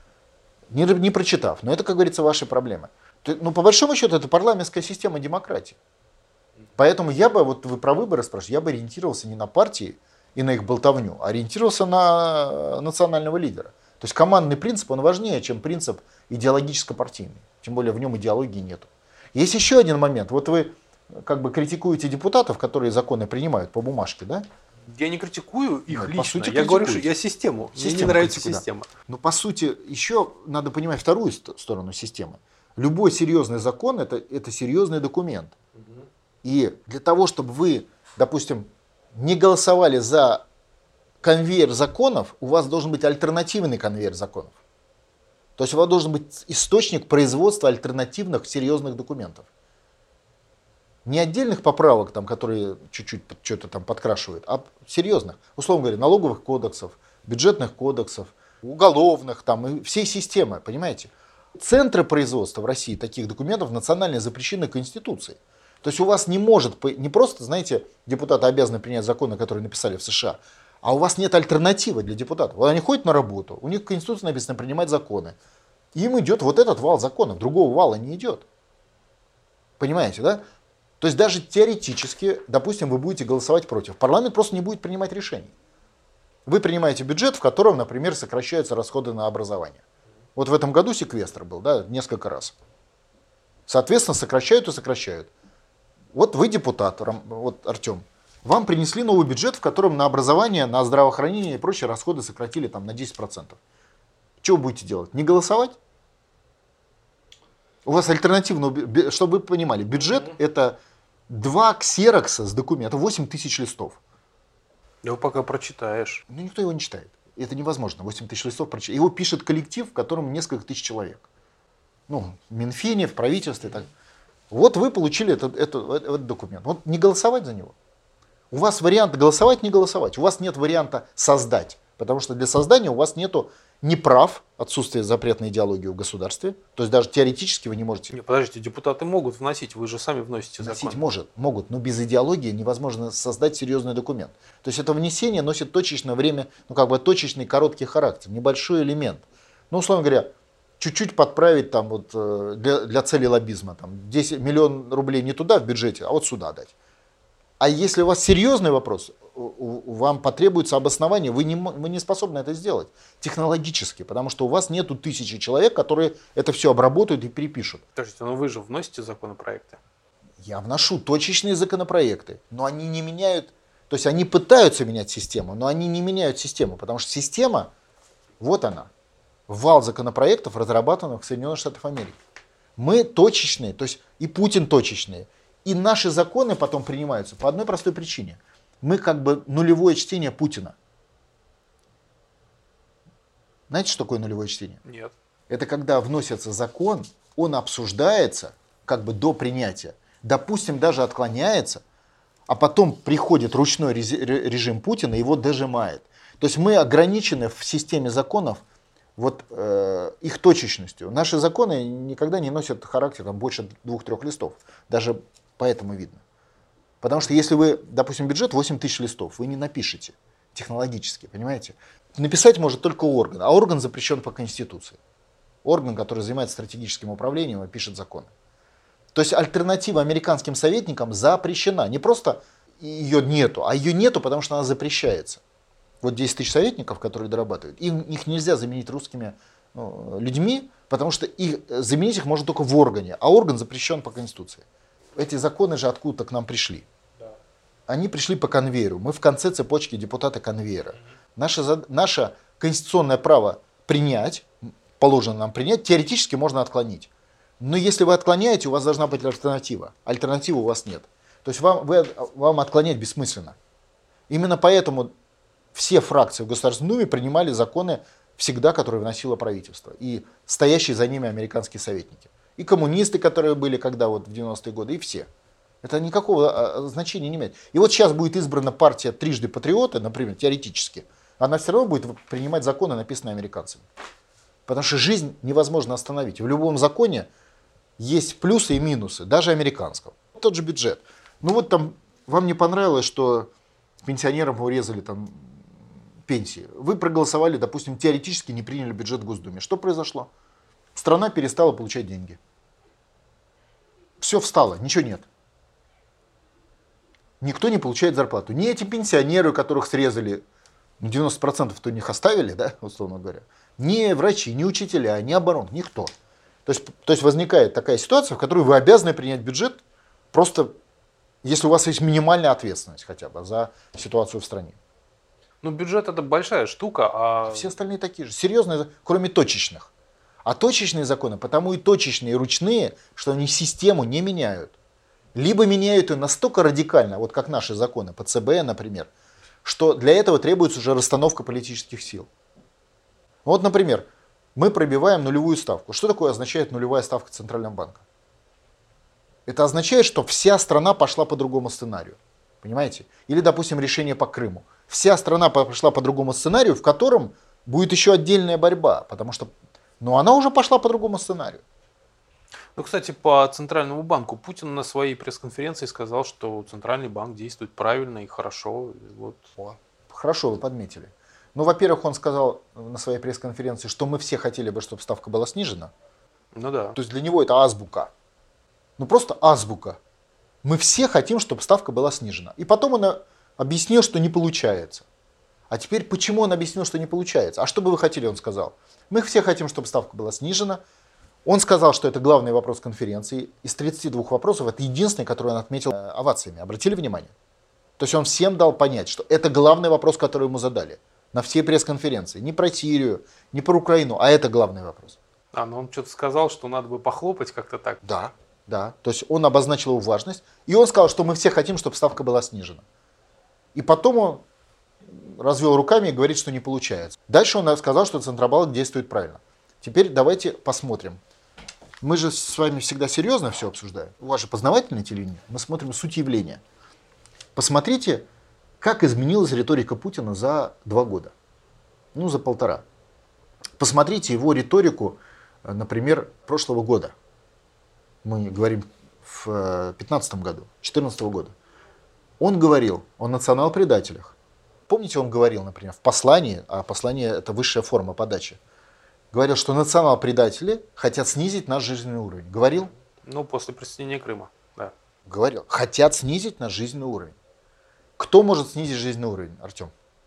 Не прочитав. Но это, как говорится, ваши проблемы. Ну, по большому счету, это парламентская система демократии. Поэтому я бы, вот вы про выборы спрашиваете, я бы ориентировался не на партии и на их болтовню, а ориентировался на национального лидера. То есть командный принцип, он важнее, чем принцип идеологическо-партийный. Тем более в нем идеологии нету. Есть еще один момент. Вот вы как бы критикуете депутатов, которые законы принимают по бумажке, да?
Я не критикую их
По
лично.
сути,
Я говорю, что я систему. Мне не нравится система.
Но по сути, еще надо понимать вторую сторону системы. Любой серьезный закон это серьезный документ. И для того, чтобы вы, допустим, не голосовали за конвейер законов, у вас должен быть альтернативный конвейер законов. То есть у вас должен быть источник производства альтернативных серьезных документов. Не отдельных поправок, там, которые чуть-чуть что-то там подкрашивают, а серьезных. Условно говоря, налоговых кодексов, бюджетных кодексов, уголовных, там, и всей системы, понимаете? Центры производства в России таких документов национально запрещены Конституцией. То есть у вас не может, не просто, знаете, депутаты обязаны принять законы, которые написали в США, а у вас нет альтернативы для депутатов. Вот они ходят на работу, у них в Конституции написано принимать законы. Им идет вот этот вал законов, другого вала не идет. Понимаете, да? То есть даже теоретически, допустим, вы будете голосовать против. Парламент просто не будет принимать решений. Вы принимаете бюджет, в котором, например, сокращаются расходы на образование. Вот в этом году секвестр был, да, несколько раз. Соответственно, сокращают и сокращают. Вот вы депутат, вот Артем, вам принесли новый бюджет, в котором на образование, на здравоохранение и прочие расходы сократили там, на 10%. Что вы будете делать? Не голосовать? У вас альтернативно, чтобы вы понимали, бюджет это 2 ксерокса с документом, 8 тысяч листов.
Его пока прочитаешь.
Ну никто его не читает. Это невозможно, 8 тысяч листов прочитать. Его пишет коллектив, в котором несколько тысяч человек. Ну, в Минфине, в правительстве. Так. Вот вы получили этот документ. Вот не голосовать за него. У вас вариант голосовать, не голосовать. У вас нет варианта создать. Потому что для создания у вас нету ни прав, отсутствие запретной идеологии в государстве. То есть даже теоретически вы не можете.
Не, подождите, депутаты могут вносить, вы же сами вносите
Вносить
закон.
могут, но без идеологии невозможно создать серьезный документ. То есть это внесение носит точечное время, ну как бы точечный короткий характер, небольшой элемент. Ну, условно говоря, чуть-чуть подправить там вот для цели лоббизма, там 10 миллион рублей не туда в бюджете, а вот сюда дать. А если у вас серьезный вопрос, вам потребуется обоснование, вы не способны это сделать технологически, потому что у вас нету тысячи человек, которые это все обработают и перепишут.
Подождите, но вы же вносите законопроекты.
Я вношу точечные законопроекты, но они не меняют, то есть они пытаются менять систему, но они не меняют систему, потому что система, вот она, вал законопроектов, разрабатанных в Соединенных Штатах Америки. Мы точечные, то есть и Путин точечные, и наши законы потом принимаются по одной простой причине. Мы как бы нулевое чтение Путина. Знаете, что такое нулевое чтение?
Нет.
Это когда вносится закон, он обсуждается как бы до принятия, допустим, даже отклоняется, а потом приходит ручной режим Путина и его дожимает. То есть мы ограничены в системе законов вот, их точечностью. Наши законы никогда не носят характер там, больше 2-3 листов. Даже поэтому видно. Потому что если вы, допустим, бюджет 8 тысяч листов, вы не напишете технологически, понимаете? Написать может только орган, а орган запрещен по Конституции. Орган, который занимается стратегическим управлением и пишет законы. То есть альтернатива американским советникам запрещена. Не просто ее нету, а ее нету, потому что она запрещается. Вот 10 тысяч советников, которые дорабатывают, их нельзя заменить русскими людьми, потому что заменить их можно только в органе, а орган запрещен по Конституции. Эти законы же откуда-то к нам пришли. Они пришли по конвейеру. Мы в конце цепочки депутата конвейера. Наше конституционное право принять, положено нам принять, теоретически можно отклонить. Но если вы отклоняете, у вас должна быть альтернатива. Альтернативы у вас нет. То есть вам отклонять бессмысленно. Именно поэтому все фракции в Государственной Думе принимали законы всегда, которые вносило правительство. И стоящие за ними американские советники. И коммунисты, которые были когда вот в 90-е годы, и все. Это никакого значения не имеет. И вот сейчас будет избрана партия трижды патриоты, например, теоретически. Она все равно будет принимать законы, написанные американцами. Потому что жизнь невозможно остановить. В любом законе есть плюсы и минусы, даже американского. Тот же бюджет. Ну вот там вам не понравилось, что пенсионерам урезали там пенсии. Вы проголосовали, допустим, теоретически не приняли бюджет в Госдуме. Что произошло? Страна перестала получать деньги. Все встало, ничего нет. Никто не получает зарплату. Ни эти пенсионеры, которых срезали, 90% то них оставили, да, условно говоря, ни врачи, ни учителя, ни оборон, никто. То есть возникает такая ситуация, в которой вы обязаны принять бюджет, просто если у вас есть минимальная ответственность хотя бы за ситуацию в стране.
Ну, бюджет это большая штука, а...
Все остальные такие же, серьезные, кроме точечных. А точечные законы, потому и точечные, и ручные, что они систему не меняют. Либо меняют ее настолько радикально, вот как наши законы по ЦБ, например, что для этого требуется уже расстановка политических сил. Вот, например, мы пробиваем нулевую ставку. Что такое означает нулевая ставка Центрального банка? Это означает, что вся страна пошла по другому сценарию. Понимаете? Или, допустим, решение по Крыму. Вся страна пошла по другому сценарию, в котором будет еще отдельная борьба. Потому что она уже пошла по другому сценарию.
Ну, кстати, по Центральному банку Путин на своей пресс-конференции сказал, что Центральный банк действует правильно и хорошо. Вот.
Хорошо, вы подметили. Ну, во-первых, он сказал на своей пресс-конференции, что мы все хотели бы, чтобы ставка была снижена.
Ну да.
То есть для него это азбука. Ну просто азбука. Мы все хотим, чтобы ставка была снижена. И потом он объяснил, что не получается. А теперь почему он объяснил, что не получается? А что бы вы хотели, он сказал. Мы все хотим, чтобы ставка была снижена. Он сказал, что это главный вопрос конференции. Из 32 вопросов это единственный, который он отметил овациями. Обратили внимание? То есть он всем дал понять, что это главный вопрос, который ему задали. На всей пресс-конференции. Не про Сирию, не про Украину, а это главный вопрос.
Но он что-то сказал, что надо бы похлопать как-то так.
Да. То есть он обозначил его важность. И он сказал, что мы все хотим, чтобы ставка была снижена. И потом он развел руками и говорит, что не получается. Дальше он сказал, что Центробанк действует правильно. Теперь давайте посмотрим. Мы же с вами всегда серьезно все обсуждаем. У вас же познавательное телевидение. Мы смотрим суть явления. Посмотрите, как изменилась риторика Путина за 2 года. Ну, за 1,5. Посмотрите его риторику, например, прошлого года. Мы говорим в 2015 году, 2014 года. Он говорил о национал-предателях. Помните, он говорил, например, в послании, а послание это высшая форма подачи, говорил, что национал-предатели хотят снизить наш жизненный уровень. Говорил?
Ну, после присоединения Крыма, да.
Говорил. Хотят снизить наш жизненный уровень. Кто может снизить жизненный уровень, Артем?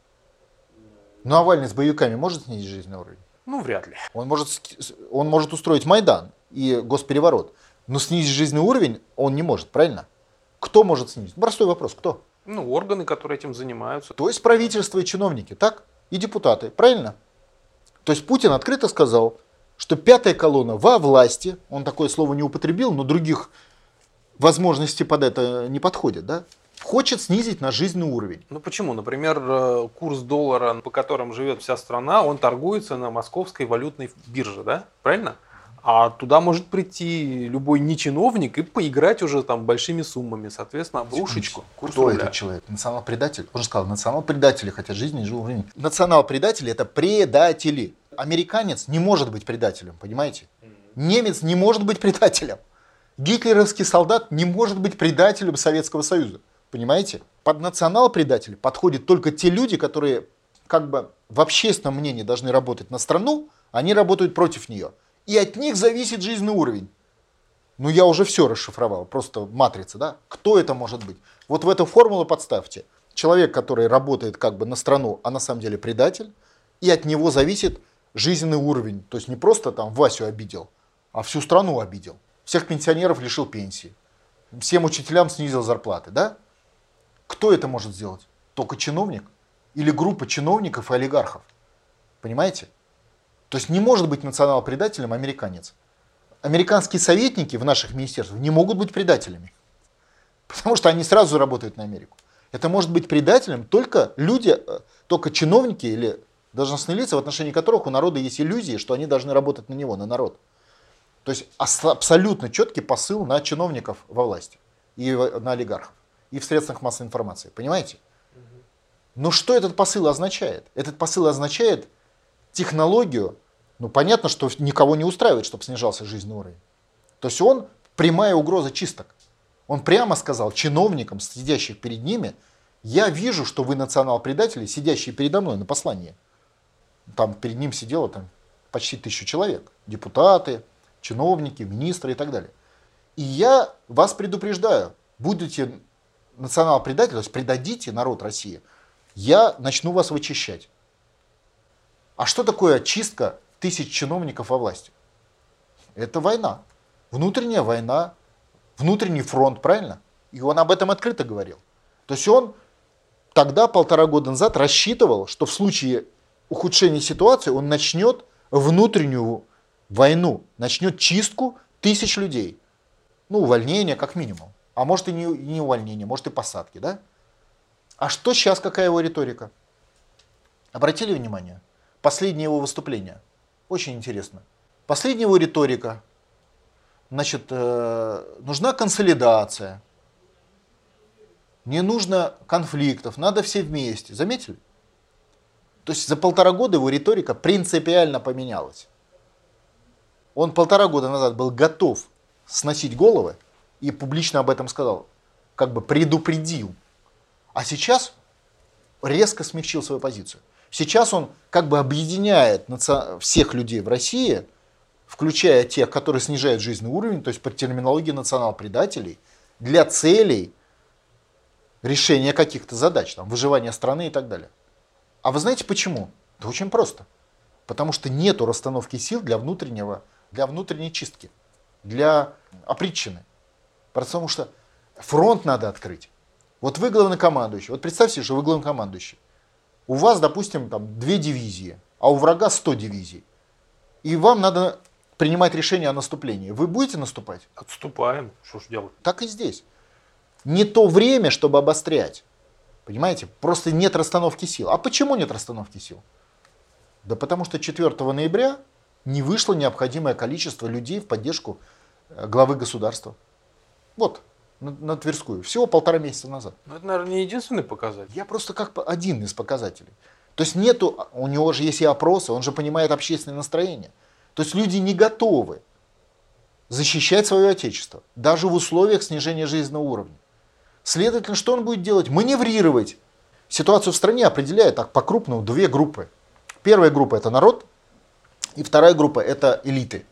Навальный с боевиками может снизить жизненный уровень?
Ну, вряд ли.
Он может устроить Майдан и госпереворот, но снизить жизненный уровень он не может, правильно? Кто может снизить? Простой вопрос, кто?
Ну, органы, которые этим занимаются.
То есть правительство и чиновники, так? И депутаты, правильно? То есть Путин открыто сказал, что 5-я колонна во власти, он такое слово не употребил, но других возможностей под это не подходит, да? Хочет снизить наш жизненный уровень.
Ну почему? Например, курс доллара, по которому живет вся страна, он торгуется на московской валютной бирже, да? Правильно? А туда может прийти любой нечиновник и поиграть уже там большими суммами, соответственно, обрушечку.
Кто этот человек? Национал-предатель? Он же сказал, национал-предатели хотят жизненный уровень. Национал-предатели это предатели. Американец не может быть предателем, понимаете? Немец не может быть предателем. Гитлеровский солдат не может быть предателем Советского Союза. Понимаете? Под национал-предателей подходят только те люди, которые как бы в общественном мнении должны работать на страну, они работают против нее. И от них зависит жизненный уровень. Ну, я уже все расшифровал, просто матрица, да? Кто это может быть? Вот в эту формулу подставьте. Человек, который работает как бы на страну, а на самом деле предатель, и от него зависит жизненный уровень. То есть не просто там Васю обидел, а всю страну обидел. Всех пенсионеров лишил пенсии. Всем учителям снизил зарплаты, да? Кто это может сделать? Только чиновник? Или группа чиновников и олигархов? Понимаете? То есть не может быть национал-предателем американец. Американские советники в наших министерствах не могут быть предателями. Потому что они сразу работают на Америку. Это может быть предателем только люди, только чиновники или должностные лица, в отношении которых у народа есть иллюзии, что они должны работать на него, на народ. То есть абсолютно четкий посыл на чиновников во власти и на олигархов, и в средствах массовой информации. Понимаете? Но что этот посыл означает? Этот посыл означает технологию. Ну, понятно, что никого не устраивает, чтобы снижался жизненный уровень. То есть он прямая угроза чисток. Он прямо сказал чиновникам, сидящих перед ними: я вижу, что вы национал-предатели, сидящие передо мной на послании. Там перед ним сидело почти 1000 человек. Депутаты, чиновники, министры и так далее. И я вас предупреждаю, будете национал-предатели, то есть предадите народ России, я начну вас вычищать. А что такое чистка 1000 чиновников во власти? Это война. Внутренняя война, внутренний фронт, правильно? И он об этом открыто говорил. То есть он тогда, 1,5 года назад, рассчитывал, что в случае ухудшения ситуации он начнет внутреннюю войну, начнет чистку 1000 людей. Ну, увольнение как минимум. А может и не увольнение, может и посадки, да? А что сейчас, какая его риторика? Обратили внимание? Последнее его выступление. Очень интересно. Последняя его риторика. Значит, нужна консолидация. Не нужно конфликтов, надо все вместе. Заметили? То есть за 1,5 года его риторика принципиально поменялась. Он 1,5 года назад был готов сносить головы и публично об этом сказал, как бы предупредил. А сейчас резко смягчил свою позицию. Сейчас он как бы объединяет всех людей в России, включая тех, которые снижают жизненный уровень, то есть по терминологии национал-предателей, для целей решения каких-то задач, там, выживания страны и так далее. А вы знаете почему? Да очень просто. Потому что нету расстановки сил для внутренней чистки, для опричнины. Потому что фронт надо открыть. Вот вы главнокомандующий, вот представьте, что вы главнокомандующий. У вас, допустим, 2 дивизии, а у врага 100 дивизий. И вам надо принимать решение о наступлении. Вы будете наступать?
Отступаем. Что ж делать?
Так и здесь. Не то время, чтобы обострять. Понимаете? Просто нет расстановки сил. А почему нет расстановки сил? Да потому что 4 ноября не вышло необходимое количество людей в поддержку главы государства. Вот, на Тверскую. Всего 1,5 месяца назад.
Но это, наверное, не единственный показатель.
Я просто как один из показателей. То есть нету, у него же есть и опросы, он же понимает общественное настроение. То есть люди не готовы защищать свое отечество, даже в условиях снижения жизненного уровня. Следовательно, что он будет делать? Маневрировать. Ситуацию в стране определяет так по-крупному 2 группы. Первая группа — это народ, и вторая группа — это элиты.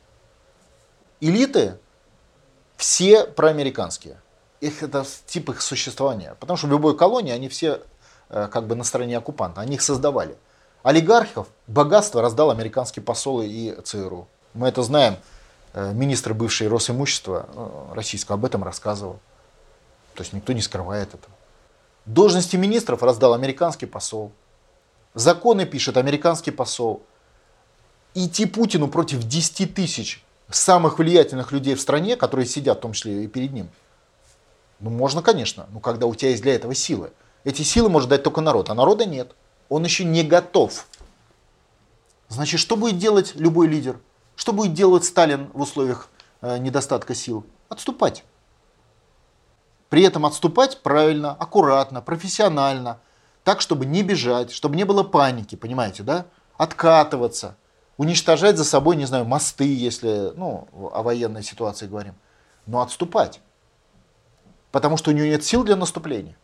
Элиты все проамериканские. Это тип их существования. Потому что в любой колонии они все как бы на стороне оккупанта. Они их создавали. Олигархов богатство раздал американский посол и ЦРУ. Мы это знаем. Министр бывший Росимущества российского об этом рассказывал. То есть никто не скрывает этого. Должности министров раздал американский посол. Законы пишет американский посол. Идти Путину против 10 тысяч самых влиятельных людей в стране, которые сидят в том числе и перед ним. Ну, можно, конечно, но когда у тебя есть для этого силы. Эти силы может дать только народ, а народа нет. Он еще не готов. Значит, что будет делать любой лидер? Что будет делать Сталин в условиях недостатка сил? Отступать. При этом отступать правильно, аккуратно, профессионально, так, чтобы не бежать, чтобы не было паники, понимаете, да? Откатываться, уничтожать за собой, не знаю, мосты, если, о военной ситуации говорим, но отступать. Потому что у него нет сил для наступления.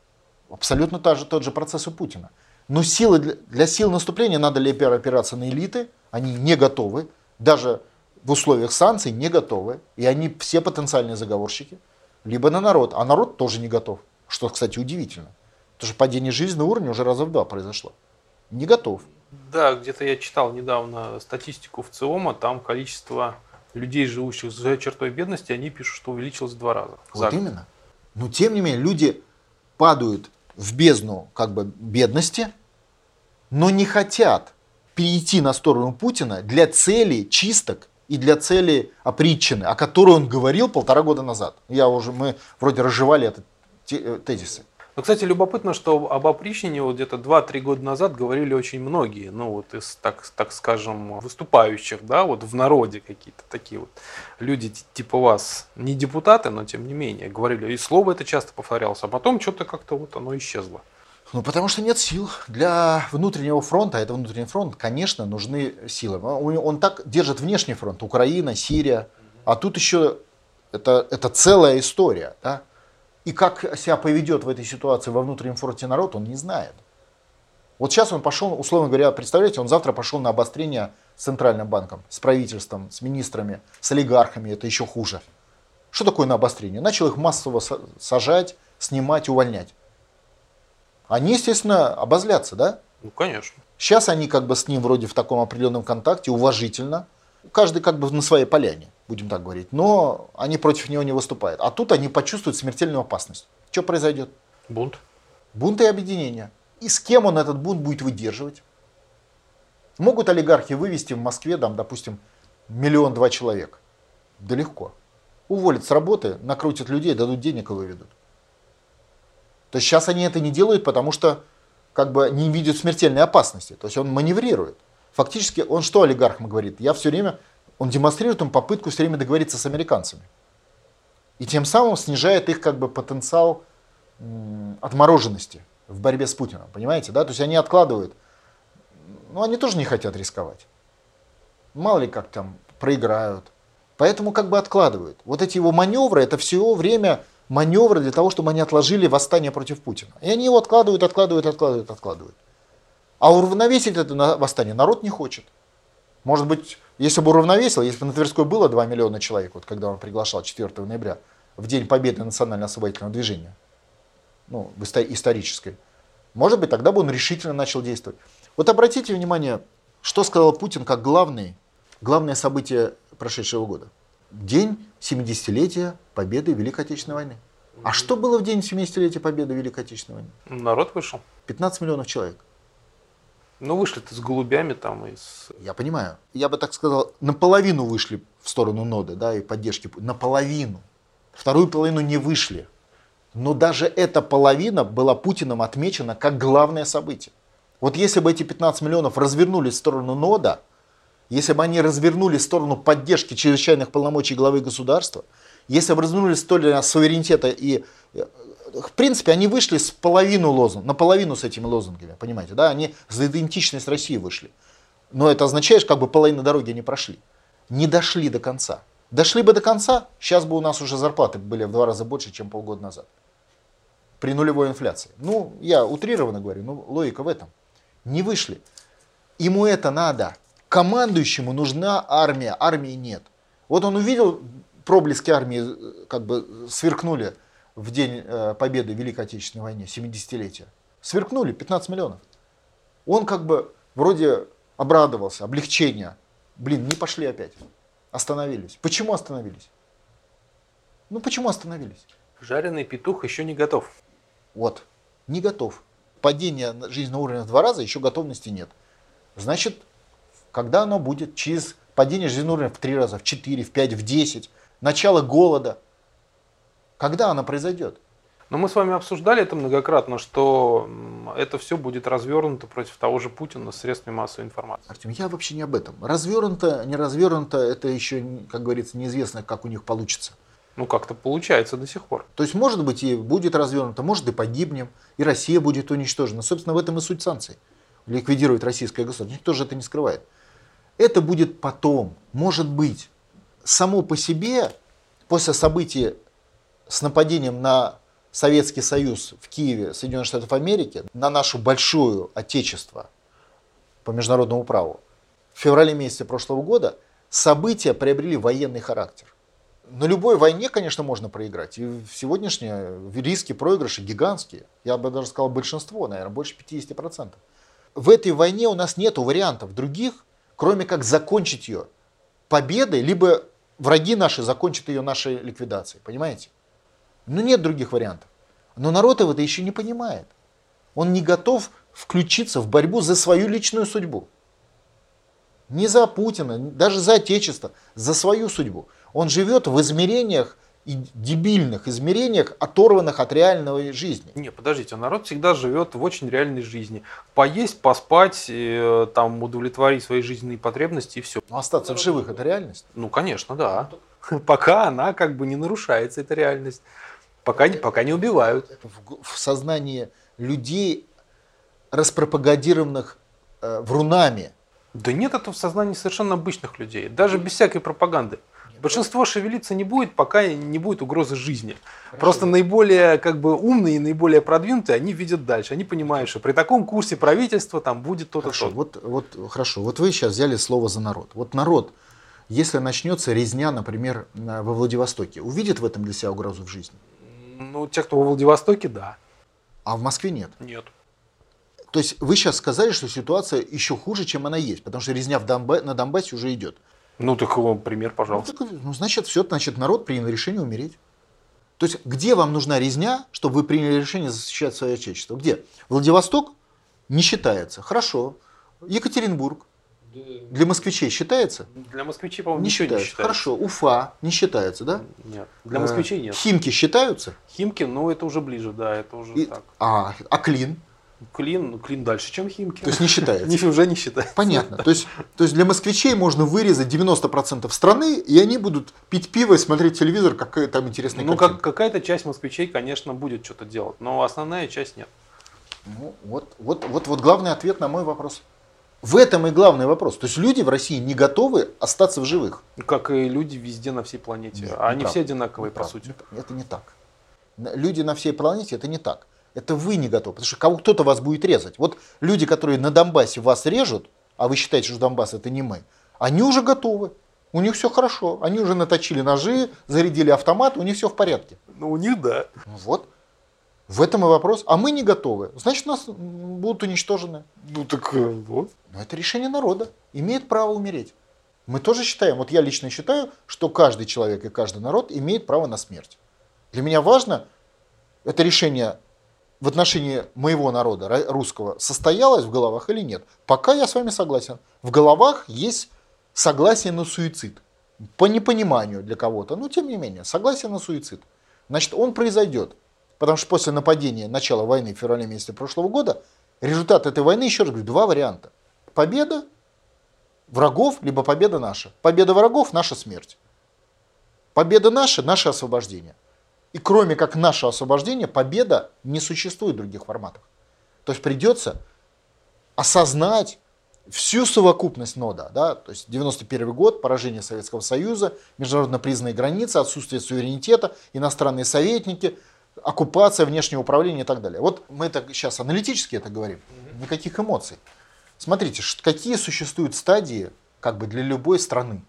Абсолютно тот же процесс у Путина. Но для сил наступления надо ли опираться на элиты, они не готовы, даже в условиях санкций не готовы, и они все потенциальные заговорщики, либо на народ, а народ тоже не готов, что, кстати, удивительно, потому что падение жизненного уровня уже раза в 2 произошло, не готов.
Да, где-то я читал недавно статистику ВЦИОМа, там количество людей, живущих за чертой бедности, они пишут, что увеличилось в 2 раза.
Вот именно. Но тем не менее люди падают в бездну как бы бедности, но не хотят перейти на сторону Путина для цели чисток и для цели опричнины, о которой он говорил 1,5 года назад. Мы вроде разжевали этот тезисы.
Но, кстати, любопытно, что об опричнине вот где-то 2-3 года назад говорили очень многие, ну вот из, так скажем, выступающих, да, вот в народе какие-то такие вот люди типа вас, не депутаты, но тем не менее, говорили, и слово это часто повторялось, а потом что-то как-то вот оно исчезло.
Ну, потому что нет сил. Для внутреннего фронта, а это внутренний фронт, конечно, нужны силы. Он так держит внешний фронт, Украина, Сирия, а тут еще это целая история, да? И как себя поведет в этой ситуации во внутреннем фронте народ, он не знает. Вот сейчас он пошел, условно говоря, представляете, он завтра пошел на обострение с Центральным банком, с правительством, с министрами, с олигархами, это еще хуже. Что такое на обострение? Начал их массово сажать, снимать, увольнять. Они, естественно, обозлятся, да?
Ну, конечно.
Сейчас они как бы с ним вроде в таком определенном контакте, уважительно. Каждый как бы на своей поляне, будем так говорить. Но они против него не выступают. А тут они почувствуют смертельную опасность. Что произойдет?
Бунт.
Бунт и объединение. И с кем он этот бунт будет выдерживать? Могут олигархи вывести в Москве, там, допустим, 1-2 миллиона человек? Да легко. Уволят с работы, накрутят людей, дадут денег и выведут. То есть сейчас они это не делают, потому что как бы не видят смертельной опасности. То есть он маневрирует. Фактически он что олигархам говорит? Он демонстрирует им попытку все время договориться с американцами. И тем самым снижает их как бы потенциал отмороженности в борьбе с Путиным. Понимаете, да? То есть они откладывают. Но они тоже не хотят рисковать. Мало ли как там проиграют. Поэтому как бы откладывают. Вот эти его маневры, это все время маневры для того, чтобы они отложили восстание против Путина. И они его откладывают. А уравновесить это восстание народ не хочет. Может быть, если бы уравновесил, если бы на Тверской было 2 миллиона человек, вот когда он приглашал 4 ноября, в День Победы национально-освободительного движения, ну, исторической, может быть, тогда бы он решительно начал действовать. Вот обратите внимание, что сказал Путин как главное событие прошедшего года. День 70-летия Победы Великой Отечественной войны. А что было в день 70-летия Победы Великой Отечественной войны?
Народ вышел.
15 миллионов человек.
Ну, вышли-то с голубями там и с...
Я понимаю. Я бы так сказал, наполовину вышли в сторону ноды, да, и поддержки. Наполовину. Вторую половину не вышли. Но даже эта половина была Путиным отмечена как главное событие. Вот если бы эти 15 миллионов развернулись в сторону нода, если бы они развернулись в сторону поддержки чрезвычайных полномочий главы государства, если бы развернулись в сторону суверенитета и... В принципе, они вышли наполовину с этими лозунгами, понимаете, да, они за идентичность России вышли. Но это означает, как бы половину дороги они прошли. Не дошли до конца. Дошли бы до конца, сейчас бы у нас уже зарплаты были в 2 раза больше, чем полгода назад. При нулевой инфляции. Ну, я утрированно говорю, но логика в этом. Не вышли. Ему это надо. Командующему нужна армия, армии нет. Вот он увидел, проблески армии как бы сверкнули в день победы в Великой Отечественной войне, 70-летия. Сверкнули 15 миллионов. Он как бы вроде обрадовался, облегчение. Блин, не пошли опять. Остановились. Почему остановились? Ну почему остановились?
Жареный петух еще не готов.
Вот, не готов. Падение жизненного уровня в 2 раза, еще готовности нет. Значит, когда оно будет? Через падение жизненного уровня в 3 раза, в 4, в 5, в 10. Начало голода. Когда оно произойдет?
Но мы с вами обсуждали это многократно, что это все будет развернуто против того же Путина средствами массовой информации.
Артем, я вообще не об этом. Развернуто, не развернуто, это еще, как говорится, неизвестно, как у них получится.
Ну, как-то получается до сих пор.
То есть, может быть, и будет развернуто, может, и погибнем, и Россия будет уничтожена. Собственно, в этом и суть санкций. Ликвидировать российское государство. Никто же это не скрывает. Это будет потом. Может быть, само по себе, после событий с нападением на Советский Союз в Киеве, Соединенных Штатов Америки, на нашу большую отечество по международному праву, в феврале месяце прошлого года события приобрели военный характер. На любой войне, конечно, можно проиграть. И в сегодняшние риски проигрыша гигантские. Я бы даже сказал большинство, наверное, больше 50%. В этой войне у нас нет вариантов других, кроме как закончить ее победой, либо враги наши закончат ее нашей ликвидацией. Понимаете? Ну нет других вариантов. Но народ это еще не понимает. Он не готов включиться в борьбу за свою личную судьбу. Не за Путина, даже за Отечество, за свою судьбу. Он живет в измерениях, дебильных измерениях, оторванных от реальной жизни.
Не, подождите, народ всегда живет в очень реальной жизни. Поесть, поспать, там, удовлетворить свои жизненные потребности и все.
Но остаться в живых – это реальность?
Ну, конечно, да. Пока она как бы не нарушается, эта реальность. Пока не убивают.
В сознании людей, распропагандированных врунами.
Да нет, это в сознании совершенно обычных людей. Даже без всякой пропаганды. Большинство шевелиться не будет, пока не будет угрозы жизни. Хорошо. Просто наиболее как бы умные и наиболее продвинутые, они видят дальше. Они понимают, что при таком курсе правительства там будет то-то.
Хорошо, хорошо. Вот вы сейчас взяли слово за народ. Вот народ, если начнется резня, например, во Владивостоке, увидит в этом для себя угрозу в жизни?
Ну, те, кто во Владивостоке, да.
А в Москве нет?
Нет.
То есть вы сейчас сказали, что ситуация еще хуже, чем она есть, потому что резня на Донбассе уже идет.
Ну, так пример, пожалуйста.
Значит, народ принял решение умереть. То есть, где вам нужна резня, чтобы вы приняли решение защищать свое отечество? Где? Владивосток не считается. Хорошо. Екатеринбург. Для москвичей считается?
Для москвичей, по-моему,
не считается. Хорошо. Уфа не считается, да?
Нет. Для москвичей нет.
Химки считаются?
Химки, ну, это уже ближе, да, это уже так.
А Клин?
Клин дальше, чем Химки.
То есть не считается?
Уже не считается.
Понятно. То есть для москвичей можно вырезать 90% страны, и они будут пить пиво и смотреть телевизор, какая там интересная картина.
Ну, какая-то часть москвичей, конечно, будет что-то делать, но основная часть нет.
Ну, вот главный ответ на мой вопрос. В этом и главный вопрос. То есть люди в России не готовы остаться в живых.
Как и люди везде на всей планете.
Нет,
они все одинаковые, по сути.
Это не так. Люди на всей планете это не так. Это вы не готовы, потому что кто-то вас будет резать. Вот люди, которые на Донбассе вас режут, а вы считаете, что Донбасс это не мы, они уже готовы. У них все хорошо. Они уже наточили ножи, зарядили автомат, у них все в порядке.
Ну, у них да.
Вот. В этом и вопрос. А мы не готовы. Значит, нас будут уничтожены.
Ну, так вот.
Но это решение народа. Имеет право умереть. Мы тоже считаем, вот я лично считаю, что каждый человек и каждый народ имеет право на смерть. Для меня важно, это решение в отношении моего народа, русского, состоялось в головах или нет. Пока я с вами согласен. В головах есть согласие на суицид. По непониманию для кого-то, но тем не менее, согласие на суицид. Значит, он произойдет. Потому что после нападения, начала войны в феврале месяце прошлого года, результат этой войны, еще раз говорю, два варианта. Победа врагов, либо победа наша. Победа врагов – наша смерть. Победа наша – наше освобождение. И кроме как наше освобождение, победа не существует в других форматах. То есть придется осознать всю совокупность нода. Да? То есть 91 год, поражение Советского Союза, международно признанные границы, отсутствие суверенитета, иностранные советники, оккупация, внешнее управление и так далее. Вот мы это сейчас аналитически это говорим, никаких эмоций. Смотрите, какие существуют стадии как бы для любой страны.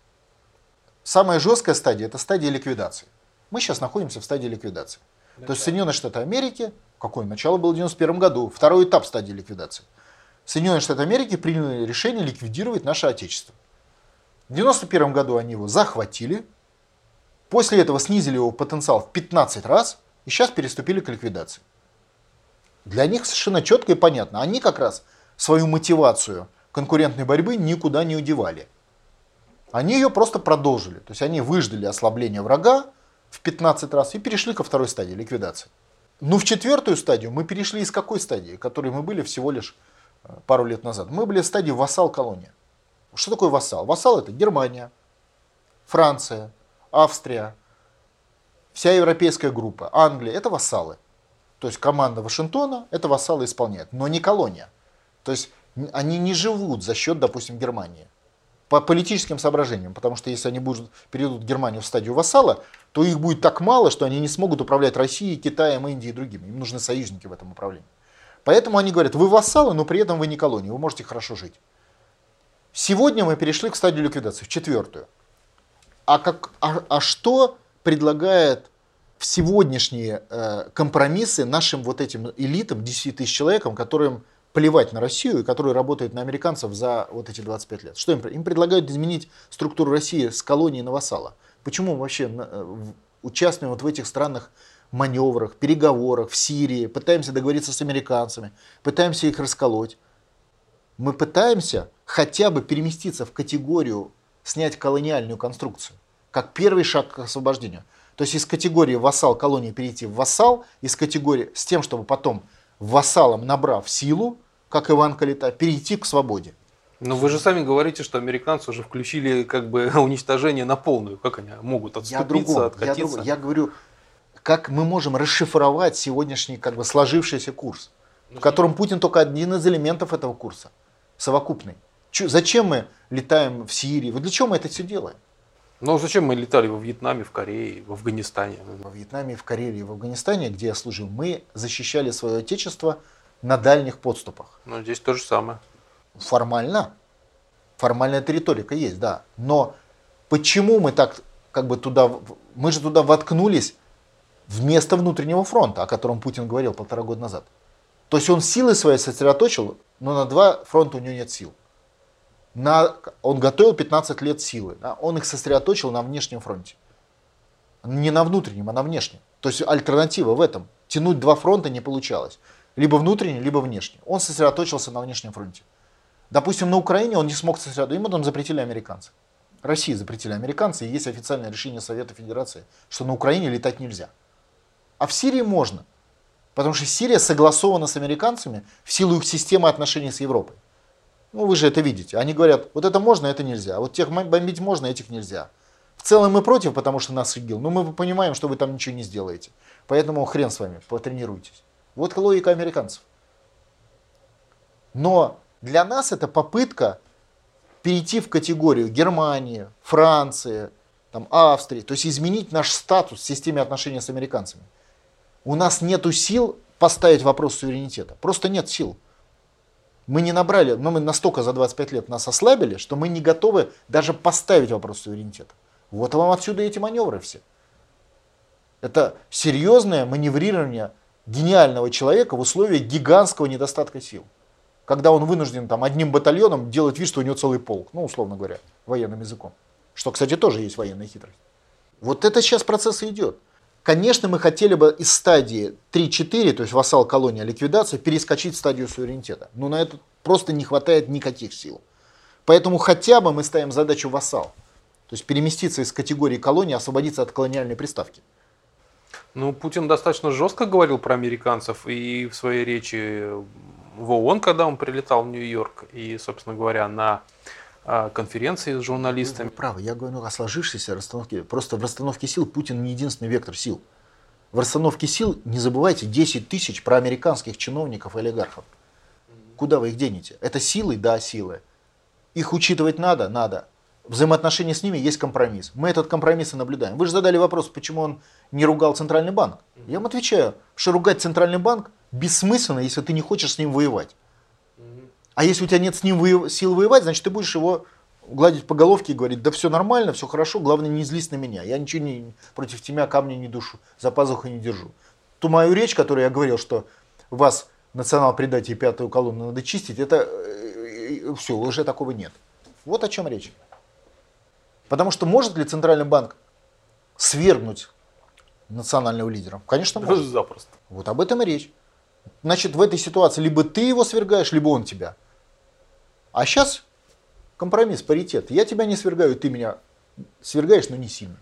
Самая жесткая стадия – это стадия ликвидации. Мы сейчас находимся в стадии ликвидации. То есть Соединенные Штаты Америки, какое начало было в 1991 году, второй этап стадии ликвидации. Соединенные Штаты Америки приняли решение ликвидировать наше Отечество. В 1991 году они его захватили, после этого снизили его потенциал в 15 раз и сейчас переступили к ликвидации. Для них совершенно четко и понятно. Они как раз свою мотивацию конкурентной борьбы никуда не удевали. Они ее просто продолжили. То есть они выждали ослабление врага в 15 раз и перешли ко второй стадии ликвидации. Ну, в четвертую стадию мы перешли из какой стадии, которой мы были всего лишь пару лет назад? Мы были в стадии вассал-колония. Что такое вассал? Вассал – это Германия, Франция, Австрия, вся европейская группа, Англия – это вассалы. То есть команда Вашингтона – это вассалы исполняет, но не колония. То есть они не живут за счет, допустим, Германии. по политическим соображениям, потому что если они перейдут Германию в стадию вассала, то их будет так мало, что они не смогут управлять Россией, Китаем, Индией и другими. Им нужны союзники в этом управлении. Поэтому они говорят, вы вассалы, но при этом вы не колония, вы можете хорошо жить. Сегодня мы перешли к стадии ликвидации, в 4-ю. А что предлагает в сегодняшние компромиссы нашим вот этим элитам, 10 тысяч человекам, которым плевать на Россию и которые работают на американцев за вот эти 25 лет? Что им предлагают изменить структуру России с колонии на вассала? Почему мы вообще участвуем вот в этих странных маневрах, переговорах в Сирии, пытаемся договориться с американцами, пытаемся их расколоть? Мы пытаемся хотя бы переместиться в категорию, снять колониальную конструкцию, как первый шаг к освобождению. То есть из категории вассал колонии перейти в вассал, из категории с тем, чтобы потом вассалом, набрав силу, как Иван Калита, перейти к свободе.
Но вы же сами говорите, что американцы уже включили как бы уничтожение на полную. Как они могут отступиться, откатиться?
Я говорю, как мы можем расшифровать сегодняшний как бы сложившийся курс, в котором Путин только один из элементов этого курса, совокупный. Зачем мы летаем в Сирии? Вот для чего мы это все делаем?
Ну зачем мы летали во Вьетнаме, в Корее, в Афганистане?
Во Вьетнаме, в Корее и в Афганистане, где я служил, мы защищали свое отечество на дальних подступах.
Ну здесь то же самое.
Формально. Формальная риторика есть, да. Но почему мы так как бы туда... Мы же туда воткнулись вместо внутреннего фронта, о котором Путин говорил 1,5 года назад. То есть он силы свои сосредоточил, но на 2 фронта у него нет сил. Он готовил 15 лет силы, да? Он их сосредоточил на внешнем фронте. Не на внутреннем, а на внешнем. То есть альтернатива в этом. Тянуть 2 фронта не получалось. Либо внутренний, либо внешний. Он сосредоточился на внешнем фронте. Допустим, на Украине он не смог сосредоточиться. Ему там запретили американцы. России запретили американцы, и есть официальное решение Совета Федерации, что на Украине летать нельзя. А в Сирии можно. Потому что Сирия согласована с американцами в силу их системы отношений с Европой. Ну, вы же это видите. Они говорят, вот это можно, это нельзя. Вот тех бомбить можно, этих нельзя. В целом мы против, потому что нас ИГИЛ. Но мы понимаем, что вы там ничего не сделаете. Поэтому хрен с вами, потренируйтесь. Вот логика американцев. Но для нас это попытка перейти в категорию Германии, Франции, там, Австрии. То есть изменить наш статус в системе отношений с американцами. У нас нет сил поставить вопрос суверенитета. Просто нет сил. Мы не набрали, но мы настолько за 25 лет нас ослабили, что мы не готовы даже поставить вопрос суверенитета. Вот вам отсюда эти маневры все. Это серьезное маневрирование гениального человека в условиях гигантского недостатка сил. Когда он вынужден там, одним батальоном делать вид, что у него целый полк, ну, условно говоря, военным языком. Что, кстати, тоже есть военная хитрость. Вот это сейчас процесс идет. Конечно, мы хотели бы из стадии 3-4, то есть вассал, колония, ликвидация, перескочить в стадию суверенитета. Но на это просто не хватает никаких сил. Поэтому хотя бы мы ставим задачу вассал. То есть переместиться из категории колонии, освободиться от колониальной приставки.
Ну, Путин достаточно жестко говорил про американцев и в своей речи в ООН, когда он прилетал в Нью-Йорк, и, собственно говоря, на конференции с журналистами.
Вы правы, я говорю о сложившейся расстановке. Просто в расстановке сил Путин не единственный вектор сил. В расстановке сил, не забывайте, 10 тысяч проамериканских чиновников и олигархов. Куда вы их денете? Это силы? Да, силы. Их учитывать надо? Надо. Взаимоотношения с ними есть компромисс. Мы этот компромисс и наблюдаем. Вы же задали вопрос, почему он не ругал Центральный банк. Я вам отвечаю, что ругать Центральный банк бессмысленно, если ты не хочешь с ним воевать. А если у тебя нет с ним сил воевать, значит ты будешь его гладить по головке и говорить, да все нормально, все хорошо, главное не злись на меня. Я ничего против тебя камня не душу, за пазухой не держу. Ту мою речь, которую я говорил, что вас национал-предателей 5-ю колонну надо чистить, это все, уже такого нет. Вот о чем речь. Потому что может ли Центральный банк свергнуть национального лидера? Конечно, может.
Запросто.
Вот об этом и речь. Значит, в этой ситуации либо ты его свергаешь, либо он тебя. А сейчас компромисс, паритет. Я тебя не свергаю, ты меня свергаешь, но не сильно.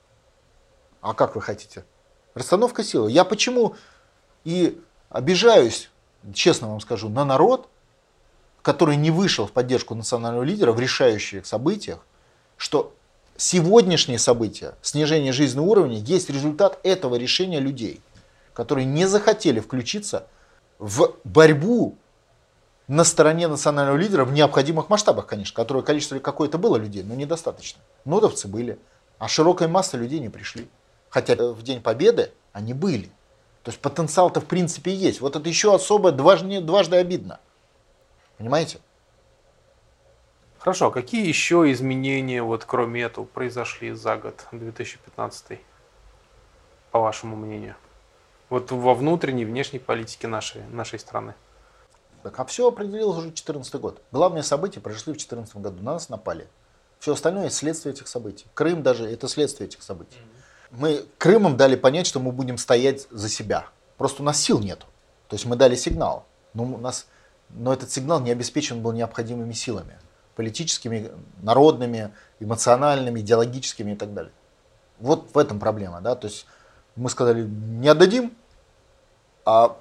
А как вы хотите? Расстановка силы. Я почему и обижаюсь, честно вам скажу, на народ, который не вышел в поддержку национального лидера в решающих событиях, что сегодняшние события, снижение жизненного уровня, есть результат этого решения людей, которые не захотели включиться в борьбу на стороне национального лидера в необходимых масштабах, конечно, которое количество какое-то было людей, но недостаточно. Нодовцы были, а широкая масса людей не пришли. Хотя в День Победы они были. То есть потенциал-то в принципе есть. Вот это еще особо дважды обидно. Понимаете?
Хорошо, а какие еще изменения, вот кроме этого, произошли за год 2015, по вашему мнению? Вот во внутренней, внешней политике нашей страны.
Так, а все определилось уже 2014 год. Главные события произошли в 2014 году. На нас напали. Все остальное следствие этих событий. Крым даже это следствие этих событий. Мы Крымом дали понять, что мы будем стоять за себя. Просто у нас сил нет. То есть мы дали сигнал. Но этот сигнал не обеспечен был необходимыми силами. Политическими, народными, эмоциональными, идеологическими и так далее. Вот в этом проблема. Да? То есть мы сказали, не отдадим, а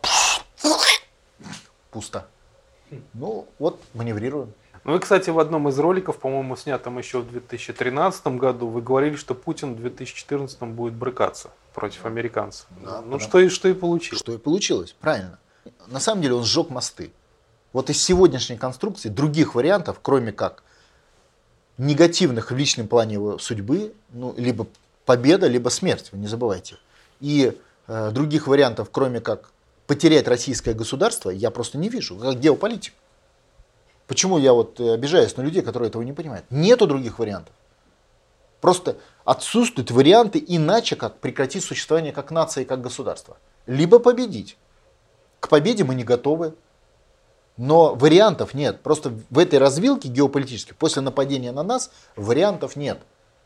пусто. Ну вот маневрируем.
Ну и, кстати, в одном из роликов, по-моему, снятом еще в 2013 году, вы говорили, что Путин в 2014 будет брыкаться против американцев.
Да,
ну что и получилось.
Что и получилось, правильно. На самом деле он сжег мосты. Вот из сегодняшней конструкции других вариантов, кроме как негативных в личном плане его судьбы, ну, либо победа, либо смерть, вы не забывайте. И других вариантов, кроме как потерять российское государство, я просто не вижу, как геополитик. Почему я вот обижаюсь на людей, которые этого не понимают? Нету других вариантов. Просто отсутствуют варианты иначе, как прекратить существование как нации, как государства. Либо победить. К победе мы не готовы. Но вариантов нет. Просто в этой развилке геополитической, после нападения на нас, вариантов нет.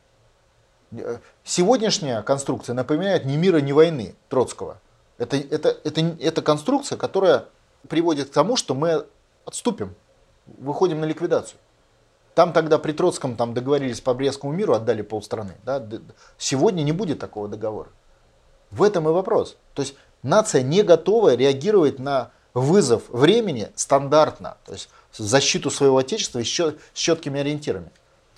Сегодняшняя конструкция напоминает ни мира, ни войны Троцкого. Это конструкция, которая приводит к тому, что мы отступим. Выходим на ликвидацию. Там тогда при Троцком договорились по Брестскому миру, отдали полстраны. Да? Сегодня не будет такого договора. В этом и вопрос. То есть нация не готова реагировать на вызов времени стандартно. То есть защиту своего отечества с четкими ориентирами.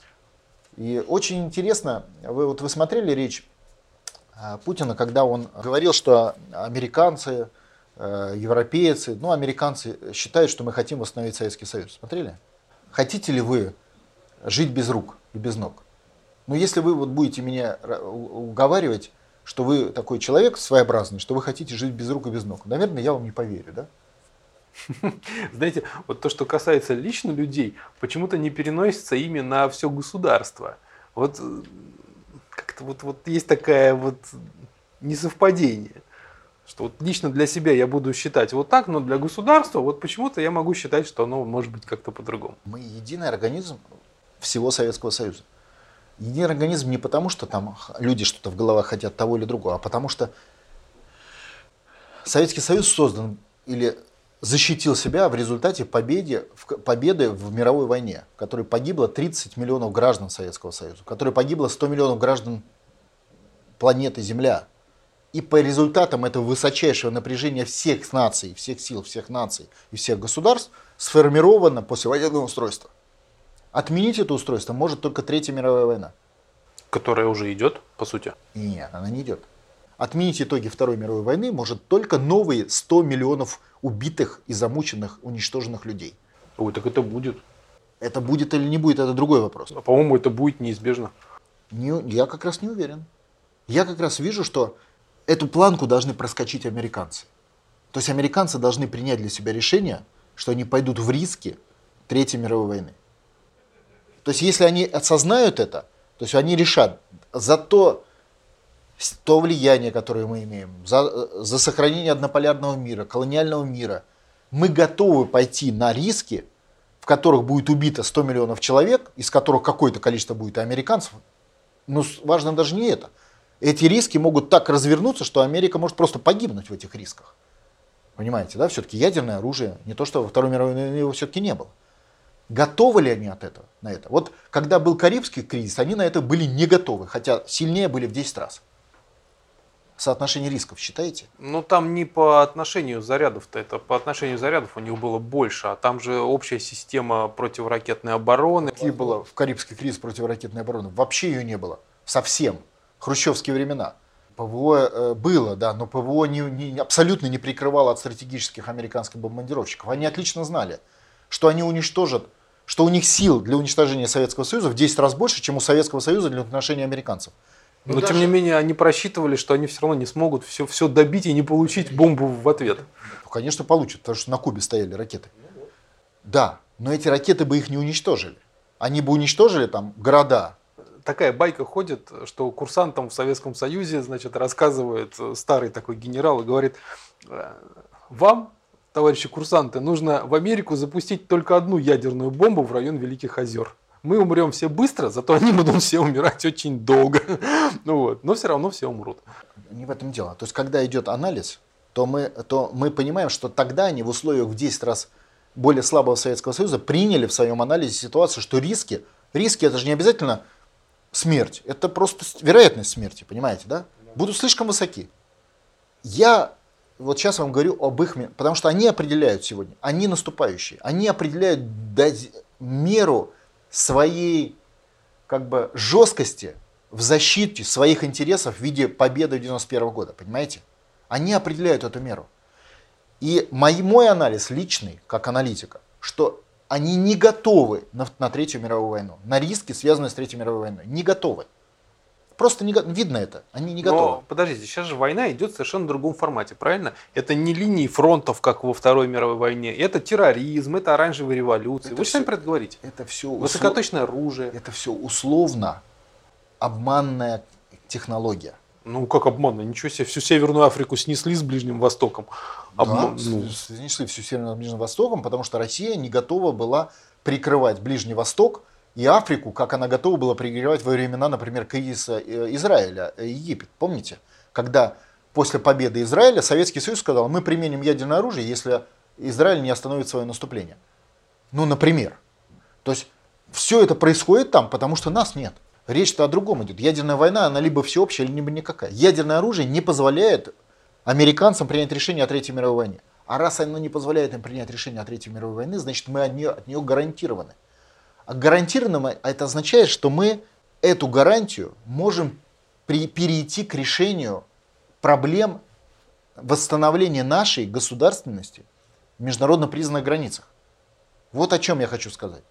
И очень интересно, вы смотрели речь Путина, когда он говорил, что американцы, европейцы, американцы считают, что мы хотим восстановить Советский Союз. Смотрели? Хотите ли вы жить без рук и без ног? Если вы будете меня уговаривать, что вы такой человек своеобразный, что вы хотите жить без рук и без ног, наверное, я вам не поверю, да?
Знаете, вот то, что касается лично людей, почему-то не переносится ими на все государство. Вот как-то вот есть такая вот несовпадение. Что вот лично для себя я буду считать вот так, но для государства вот почему-то я могу считать, что оно может быть как-то по-другому.
Мы единый организм всего Советского Союза. Единый организм не потому, что там люди что-то в головах хотят того или другого, а потому что Советский Союз создан или защитил себя в результате победы в мировой войне, в которой погибло 30 миллионов граждан Советского Союза, в которой погибло 100 миллионов граждан планеты Земля. И по результатам этого высочайшего напряжения всех наций, всех сил, всех наций и всех государств сформировано послевоенное устройство. Отменить это устройство может только Третья мировая война.
Которая уже идет, по сути?
Нет, она не идет. Отменить итоги Второй мировой войны может только новые 100 миллионов убитых и замученных, уничтоженных людей.
Ой, так это будет.
Это будет или не будет, это другой вопрос.
По-моему, это будет неизбежно.
Я как раз не уверен. Я как раз вижу, что эту планку должны проскочить американцы. То есть американцы должны принять для себя решение, что они пойдут в риски Третьей мировой войны. То есть если они осознают это, то есть они решат за то влияние, которое мы имеем, за сохранение однополярного мира, колониального мира, мы готовы пойти на риски, в которых будет убито 100 миллионов человек, из которых какое-то количество будет и американцев. Но важно даже не это. Эти риски могут так развернуться, что Америка может просто погибнуть в этих рисках. Понимаете, да? Все-таки ядерное оружие, не то, что во Второй мировой войне его все-таки не было. Готовы ли они на это? Вот когда был Карибский кризис, они на это были не готовы, хотя сильнее были в 10 раз. Соотношение рисков считаете?
Там не по отношению зарядов-то, это по отношению зарядов у них было больше, а там же общая система противоракетной обороны.
Какие было в Карибский кризис противоракетной обороны? Вообще ее не было. Совсем. Хрущевские времена. ПВО было, да, но ПВО абсолютно не прикрывало от стратегических американских бомбардировщиков. Они отлично знали, что они уничтожат, что у них сил для уничтожения Советского Союза в 10 раз больше, чем у Советского Союза для уничтожения американцев.
Но тем не менее они просчитывали, что они все равно не смогут все добить и не получить бомбу в ответ.
Ну, конечно, получат, потому что на Кубе стояли ракеты. Да, но эти ракеты бы их не уничтожили. Они бы уничтожили там города.
Такая байка ходит, что курсантам в Советском Союзе, значит, рассказывает старый такой генерал и говорит: вам, товарищи курсанты, нужно в Америку запустить только одну ядерную бомбу в район Великих озер. Мы умрем все быстро, зато они будут все умирать очень долго. Ну вот. Но все равно все умрут.
Не в этом дело. То есть, когда идет анализ, то мы понимаем, что тогда они в условиях в 10 раз более слабого Советского Союза приняли в своем анализе ситуацию, что риски это же не обязательно смерть, это просто вероятность смерти, понимаете, да? Будут слишком высоки. Я вот сейчас вам говорю об их, потому что они определяют сегодня, они наступающие, они определяют меру своей как бы жесткости в защите своих интересов в виде победы 91 года, понимаете? Они определяют эту меру. И мой анализ личный, как аналитика, что они не готовы на Третью мировую войну, на риски, связанные с Третьей мировой войной. Не готовы. Просто видно это, они не готовы.
Но подождите, сейчас же война идет в совершенно другом формате, правильно? Это не линии фронтов, как во Второй мировой войне, это терроризм, это оранжевая революция. Вы же сами про это говорите.
Это все
высокоточное оружие.
Это все условно обманная технология.
Ну как обманно? Ничего себе, всю Северную Африку снесли с Ближним Востоком.
Снесли всю Северную Ближним Востоком, потому что Россия не готова была прикрывать Ближний Восток и Африку, как она готова была прикрывать во времена, например, кризиса Израиля, Египет. Помните? Когда после победы Израиля Советский Союз сказал: мы применим ядерное оружие, если Израиль не остановит свое наступление. Ну, например. То есть все это происходит там, потому что нас нет. Речь-то о другом идет. Ядерная война, она либо всеобщая, либо никакая. Ядерное оружие не позволяет американцам принять решение о Третьей мировой войне. А раз оно не позволяет им принять решение о Третьей мировой войне, значит мы от нее гарантированы. А гарантированно это означает, что мы эту гарантию можем перейти к решению проблем восстановления нашей государственности в международно признанных границах. Вот о чем я хочу сказать.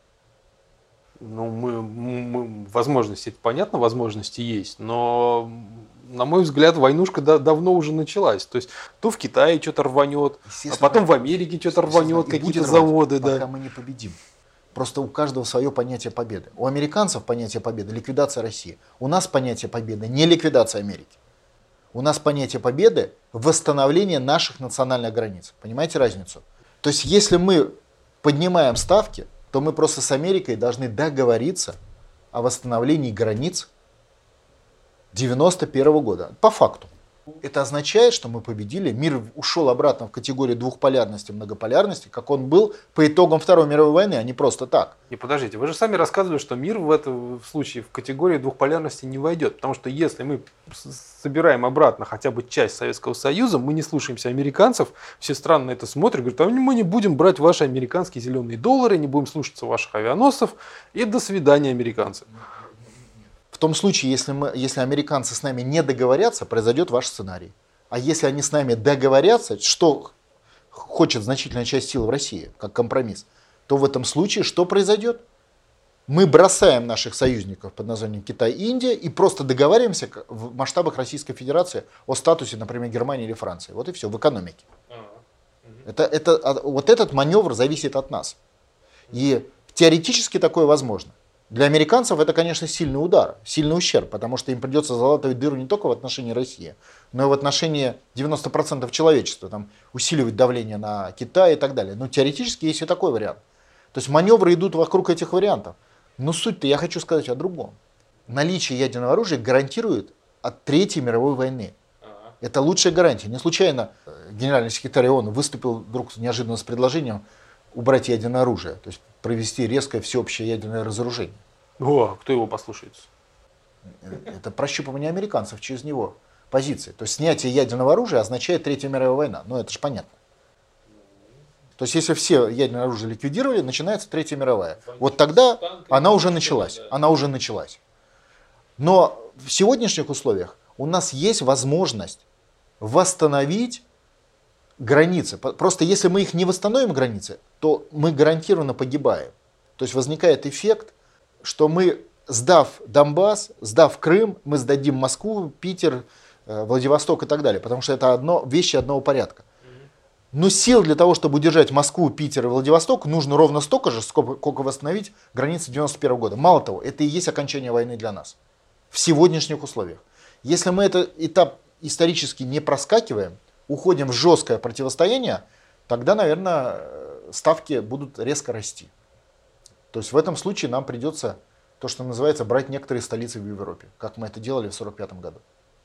Ну, возможности, это понятно, возможности есть, но, на мой взгляд, войнушка давно уже началась. То есть, то в Китае что-то рванет, а потом в Америке что-то рванет, какие-то заводы.
Пока мы не победим. Просто у каждого свое понятие победы. У американцев понятие победы – ликвидация России. У нас понятие победы – не ликвидация Америки. У нас понятие победы – восстановление наших национальных границ. Понимаете разницу? То есть, если мы поднимаем ставки, то мы просто с Америкой должны договориться о восстановлении границ 1991 года. По факту. Это означает, что мы победили, мир ушел обратно в категорию двухполярности, многополярности, как он был по итогам Второй мировой войны, а не просто так.
И подождите, вы же сами рассказывали, что мир в этом случае в категорию двухполярности не войдет. Потому что если мы собираем обратно хотя бы часть Советского Союза, мы не слушаемся американцев, все страны на это смотрят, говорят: а мы не будем брать ваши американские зеленые доллары, не будем слушаться ваших авианосцев, и до свидания, американцы.
В том случае, если американцы с нами не договорятся, произойдет ваш сценарий. А если они с нами договорятся, что хочет значительная часть сил в России, как компромисс, то в этом случае что произойдет? Мы бросаем наших союзников под названием Китай и Индия и просто договариваемся в масштабах Российской Федерации о статусе, например, Германии или Франции. Вот и все, в экономике. Вот этот маневр зависит от нас. И теоретически такое возможно. Для американцев это, конечно, сильный удар, сильный ущерб, потому что им придется залатывать дыру не только в отношении России, но и в отношении 90% человечества, там, усиливать давление на Китай и так далее. Но теоретически есть и такой вариант. То есть маневры идут вокруг этих вариантов. Но суть-то я хочу сказать о другом. Наличие ядерного оружия гарантирует от Третьей мировой войны. Это лучшая гарантия. Не случайно генеральный секретарь ООН выступил вдруг неожиданно с предложением убрать ядерное оружие, то есть провести резкое всеобщее ядерное разоружение.
О, кто его послушается?
Это прощупывание американцев через него позиции. То есть снятие ядерного оружия означает Третья мировая война. Ну это же понятно. То есть если все ядерное оружие ликвидировали, начинается Третья мировая. Вот тогда она уже началась. Она уже началась. Но в сегодняшних условиях у нас есть возможность восстановить границы. Просто если мы их не восстановим, границы, то мы гарантированно погибаем. То есть возникает эффект, что мы, сдав Донбасс, сдав Крым, мы сдадим Москву, Питер, Владивосток и так далее. Потому что это вещи одного порядка. Но сил для того, чтобы удержать Москву, Питер и Владивосток, нужно ровно столько же, сколько восстановить границы 91 года. Мало того, это и есть окончание войны для нас. В сегодняшних условиях. Если мы этот этап исторически не проскакиваем, уходим в жесткое противостояние, тогда, наверное, ставки будут резко расти. То есть в этом случае нам придется, то, что называется, брать некоторые столицы в Европе, как мы это делали в 1945 году.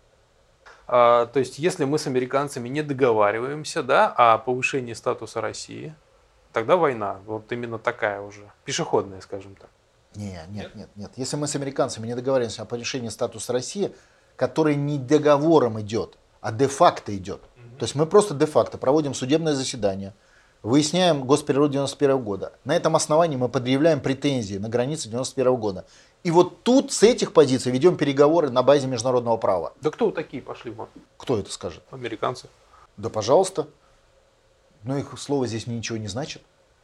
То есть если мы с американцами не договариваемся, да, о повышении статуса России, тогда война. Вот именно такая уже, пешеходная, скажем так.
Нет. Если мы с американцами не договариваемся о повышении статуса России, который не договором идет, а де-факто идет. То есть мы просто де-факто проводим судебное заседание, выясняем госпереворот 91 года. На этом основании мы предъявляем претензии на границы 91 года. И вот тут с этих позиций ведем переговоры на базе международного права.
Да кто такие пошли вон?
Кто это скажет?
Американцы.
Да пожалуйста. Но их слово здесь ничего не значит.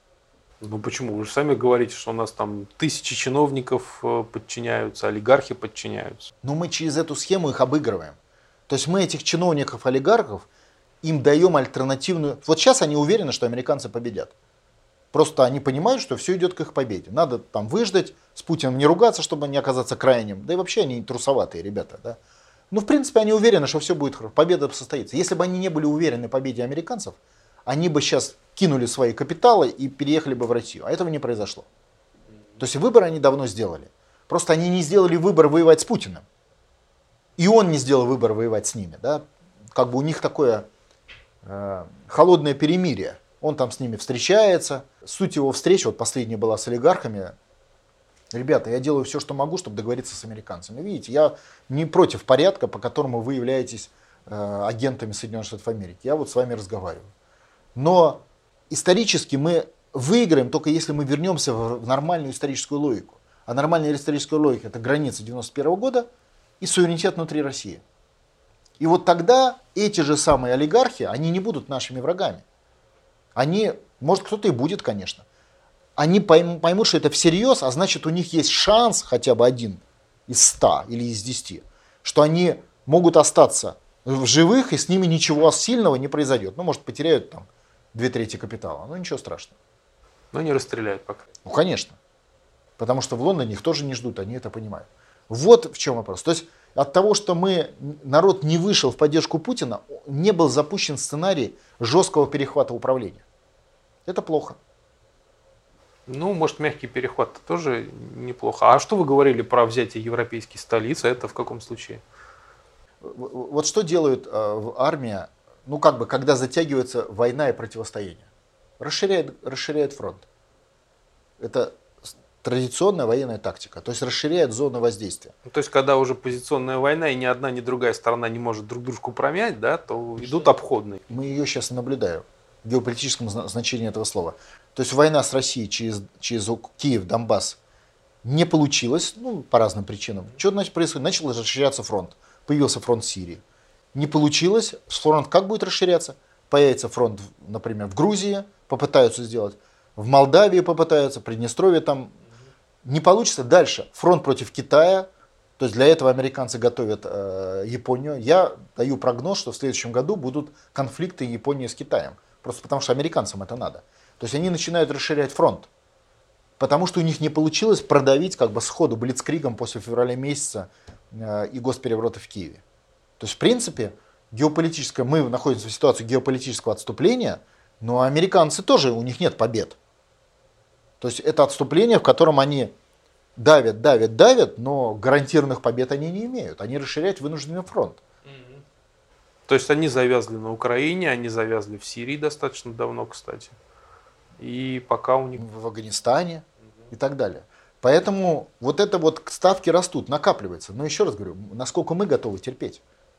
Ну почему? Вы же сами говорите, что у нас там тысячи чиновников подчиняются, олигархи подчиняются.
Но мы через эту схему их обыгрываем. То есть мы этих чиновников, олигархов, им даем альтернативную... Вот сейчас они уверены, что американцы победят. Просто они понимают, что все идет к их победе. Надо там выждать, с Путиным не ругаться, чтобы не оказаться крайним. Да и вообще они трусоватые ребята. Да? Ну, в принципе, они уверены, что все будет хорошо, победа состоится. Если бы они не были уверены в победе американцев, они бы сейчас кинули свои капиталы и переехали бы в Россию. А этого не произошло. То есть выбор они давно сделали. Просто они не сделали выбор воевать с Путиным. И он не сделал выбор воевать с ними. Да? Как бы у них такое холодное перемирие. Он там с ними встречается. Суть его встречи, вот последняя была с олигархами. Ребята, я делаю все, что могу, чтобы договориться с американцами. Видите, я не против порядка, по которому вы являетесь агентами Соединенных Штатов Америки. Я вот с вами разговариваю. Но исторически мы выиграем только если мы вернемся в нормальную историческую логику. А нормальная историческая логика — это границы 91 года и суверенитет внутри России. И вот тогда эти же самые олигархи, они не будут нашими врагами. Они, может, кто-то и будет, конечно. Они поймут, что это всерьез, а значит, у них есть шанс, хотя бы один из 100 или из 10, что они могут остаться в живых, и с ними ничего сильного не произойдет. Ну, может, потеряют там 2/3 капитала, но ничего страшного.
Но не расстреляют пока.
Ну, конечно. Потому что в Лондоне их тоже не ждут, они это понимают. Вот в чем вопрос. То есть от того, что народ не вышел в поддержку Путина, не был запущен сценарий жесткого перехвата управления. Это плохо.
Ну, может, мягкий переход тоже неплохо. А что вы говорили про взятие европейских столиц? Это в каком случае?
Вот что делает армия, ну как бы, когда затягивается война и противостояние? Расширяет фронт. Это традиционная военная тактика, то есть расширяет зону воздействия.
То есть, когда уже позиционная война, и ни одна, ни другая сторона не может друг дружку промять, да, то идут обходные.
Мы ее сейчас наблюдаем в геополитическом значении этого слова. То есть война с Россией через Киев, Донбасс не получилась, ну, по разным причинам. Что значит происходит? Начал расширяться фронт. Появился фронт Сирии. Не получилось. Фронт как будет расширяться? Появится фронт, например, в Грузии, попытаются сделать. В Молдавии попытаются, в Приднестровье там. Не получится. Дальше. Фронт против Китая. То есть для этого американцы готовят Японию. Я даю прогноз, что в следующем году будут конфликты Японии с Китаем. Просто потому что американцам это надо. То есть они начинают расширять фронт. Потому что у них не получилось продавить как бы сходу блицкригом после февраля месяца и госпереворота в Киеве. То есть в принципе мы находимся в ситуации геополитического отступления, но американцы тоже, у них нет побед. То есть это отступление, в котором они давят, но гарантированных побед они не имеют. Они расширяют вынужденный фронт.
То есть они завязли на Украине, они завязли в Сирии достаточно давно, кстати. И пока у них...
В Афганистане и так далее. Поэтому вот это вот ставки растут, накапливается. Но еще раз говорю, насколько мы готовы терпеть.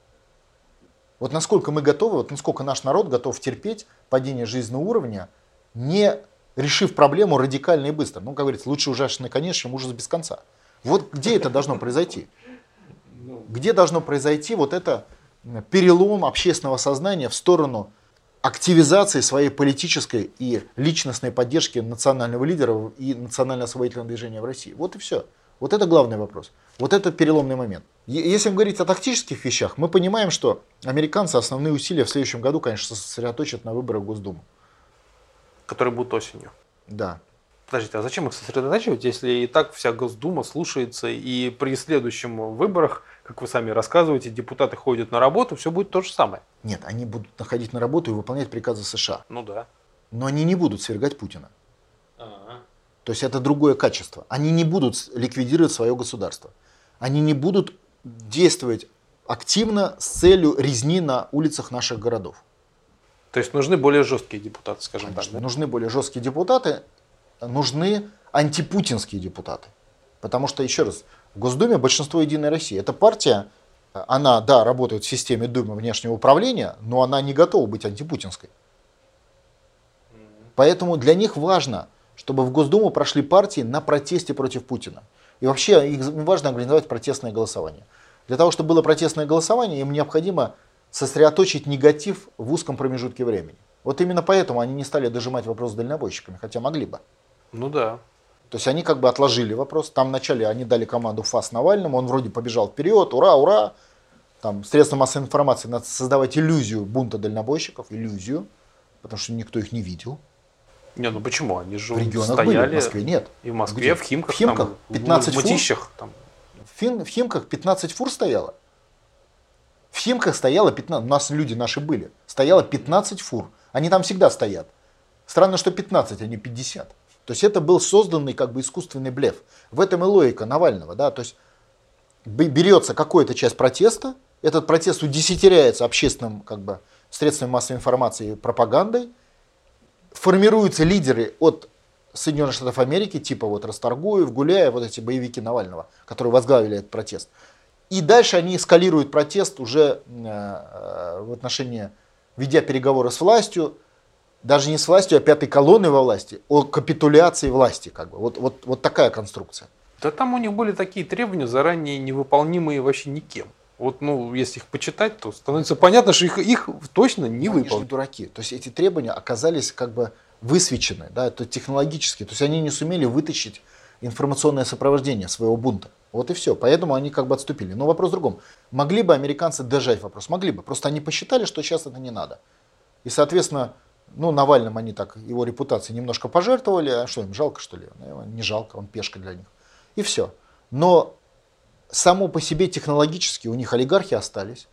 Вот насколько мы готовы, вот насколько наш народ готов терпеть падение жизненного уровня, не решив проблему радикально и быстро. Ну, как говорится, лучше ужасный конец, чем ужас без конца. Вот где это должно произойти? Где должно произойти вот это перелом общественного сознания в сторону активизации своей политической и личностной поддержки национального лидера и национально-освободительного движения в России. Вот и все. Вот это главный вопрос. Вот это переломный момент. Если говорить о тактических вещах, мы понимаем, что американцы основные усилия в следующем году, конечно, сосредоточат на выборах в Госдуму.
Которые будут осенью.
Да.
Подождите, а зачем их сосредотачивать, если и так вся Госдума слушается, и при следующем выборах, как вы сами рассказываете, депутаты ходят на работу, все будет то же самое?
Нет, они будут находить на работу и выполнять приказы США.
Ну да.
Но они не будут свергать Путина. То есть это другое качество. Они не будут ликвидировать свое государство. Они не будут действовать активно с целью резни на улицах наших городов.
То есть нужны более жесткие депутаты, скажем так. Да?
Нужны более жесткие депутаты, нужны антипутинские депутаты. Потому что, еще раз, в Госдуме большинство «Единой России». Эта партия, она, да, работает в системе Думы внешнего управления, но она не готова быть антипутинской. Поэтому для них важно, чтобы в Госдуму прошли партии на протесте против Путина. И вообще им важно организовать протестное голосование. Для того, чтобы было протестное голосование, им необходимо сосредоточить негатив в узком промежутке времени. Вот именно поэтому они не стали дожимать вопрос с дальнобойщиками, хотя могли бы.
Ну да.
То есть они как бы отложили вопрос. Там вначале они дали команду ФАС Навальному, он вроде побежал вперед, ура, ура. Там средства массовой информации надо создавать иллюзию бунта дальнобойщиков, иллюзию, потому что никто их не видел.
Не, ну почему? Они же
В регионах
стояли.
были, в Москве нет.
И в Москве,
Где?
в Химках,
в Химках
там,
15
в Мытищах. Там.
В Химках 15 фур стояло. В Химках стояло 15, у нас люди наши были, стояло 15 фур. Они там всегда стоят. Странно, что 15, а не 50. То есть это был созданный как бы искусственный блеф. В этом и логика Навального. Да? То есть берется какая-то часть протеста, этот протест удесятеряется общественным как бы, средствами массовой информации и пропагандой, формируются лидеры от Соединенных Штатов Америки, типа вот Расторгуев, Гуляев, вот эти боевики Навального, которые возглавили этот протест. И дальше они эскалируют протест уже в отношении, ведя переговоры с властью, даже не с властью, а пятой колонной во власти, о капитуляции власти. Как бы. Вот такая конструкция.
Да там у них были такие требования, заранее невыполнимые вообще никем. Вот, ну, если их почитать, то становится понятно, что их точно не выполнят.
Они же не дураки. То есть эти требования оказались как бы высвечены, да, это технологически. То есть они не сумели вытащить информационное сопровождение своего бунта. Вот и все. Поэтому они как бы отступили. Но вопрос в другом. Могли бы американцы дожать вопрос? Могли бы. Просто они посчитали, что сейчас это не надо. И, соответственно, ну, Навальным они так, его репутацией немножко пожертвовали. А что, им жалко, что ли? Не жалко, он пешка для них. И все. Но само по себе технологически у них олигархи остались.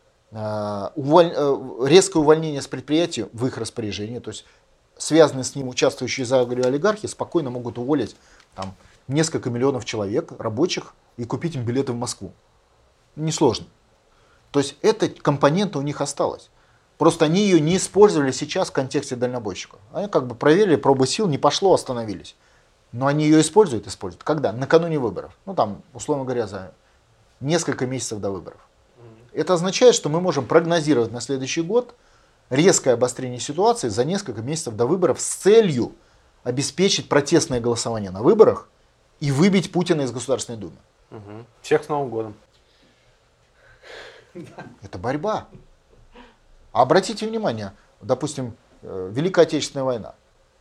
Резкое увольнение с предприятия в их распоряжении. То есть связанные с ним участвующие за олигархи спокойно могут уволить там, несколько миллионов человек, рабочих, и купить им билеты в Москву. Несложно. То есть эта компонента у них осталась. Просто они ее не использовали сейчас в контексте дальнобойщиков. Они как бы проверили, пробы сил, не пошло, остановились. Но они ее используют. Когда? Накануне выборов. Ну там, условно говоря, за несколько месяцев до выборов. Это означает, что мы можем прогнозировать на следующий год резкое обострение ситуации за несколько месяцев до выборов с целью обеспечить протестное голосование на выборах и выбить Путина из Государственной Думы.
Угу. Всех с Новым годом.
Это борьба. А обратите внимание, допустим, Великая Отечественная война.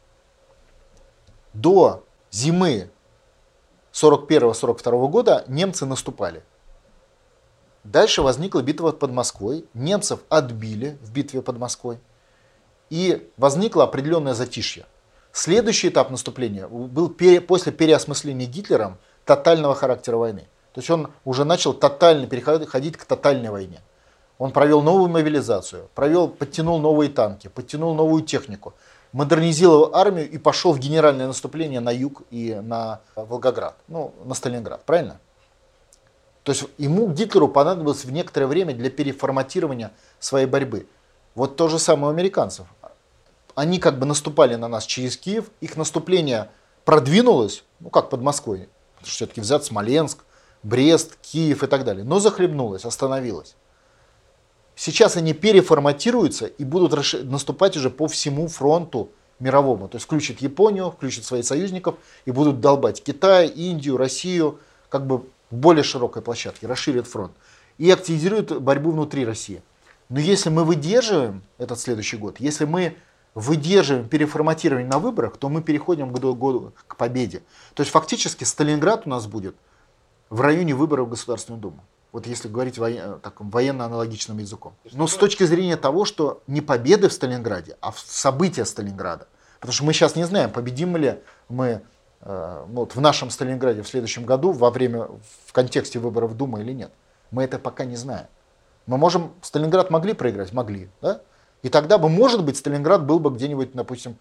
До зимы 41-42 года немцы наступали. Дальше возникла битва под Москвой. Немцев отбили в битве под Москвой. И возникло определенное затишье. Следующий этап наступления был после переосмысления Гитлером тотального характера войны. То есть он уже начал тотально переходить к тотальной войне. Он провел новую мобилизацию, подтянул новые танки, подтянул новую технику, модернизировал армию и пошел в генеральное наступление на юг и на Волгоград, ну, на Сталинград, правильно? То есть Гитлеру понадобилось в некоторое время для переформатирования своей борьбы. Вот то же самое у американцев. Они как бы наступали на нас через Киев, их наступление продвинулось, ну как под Москвой, все-таки взят Смоленск, Брест, Киев и так далее, но захлебнулось, остановилось. Сейчас они переформатируются и будут наступать уже по всему фронту мировому. То есть включат Японию, включат своих союзников и будут долбать Китай, Индию, Россию, как бы в более широкой площадке, расширят фронт. И активизируют борьбу внутри России. Но если мы выдерживаем этот следующий год, если мы выдерживаем переформатирование на выборах, то мы переходим к победе. То есть фактически Сталинград у нас будет в районе выборов в Государственную Думу. Вот если говорить таким военно-аналогичным языком. Но с точки зрения того, что не победы в Сталинграде, а события Сталинграда. Потому что мы сейчас не знаем, победим ли мы вот в нашем Сталинграде в следующем году в контексте выборов Думы или нет. Мы это пока не знаем. Сталинград могли проиграть? Могли. Да? И тогда бы, может быть, Сталинград был бы где-нибудь, допустим,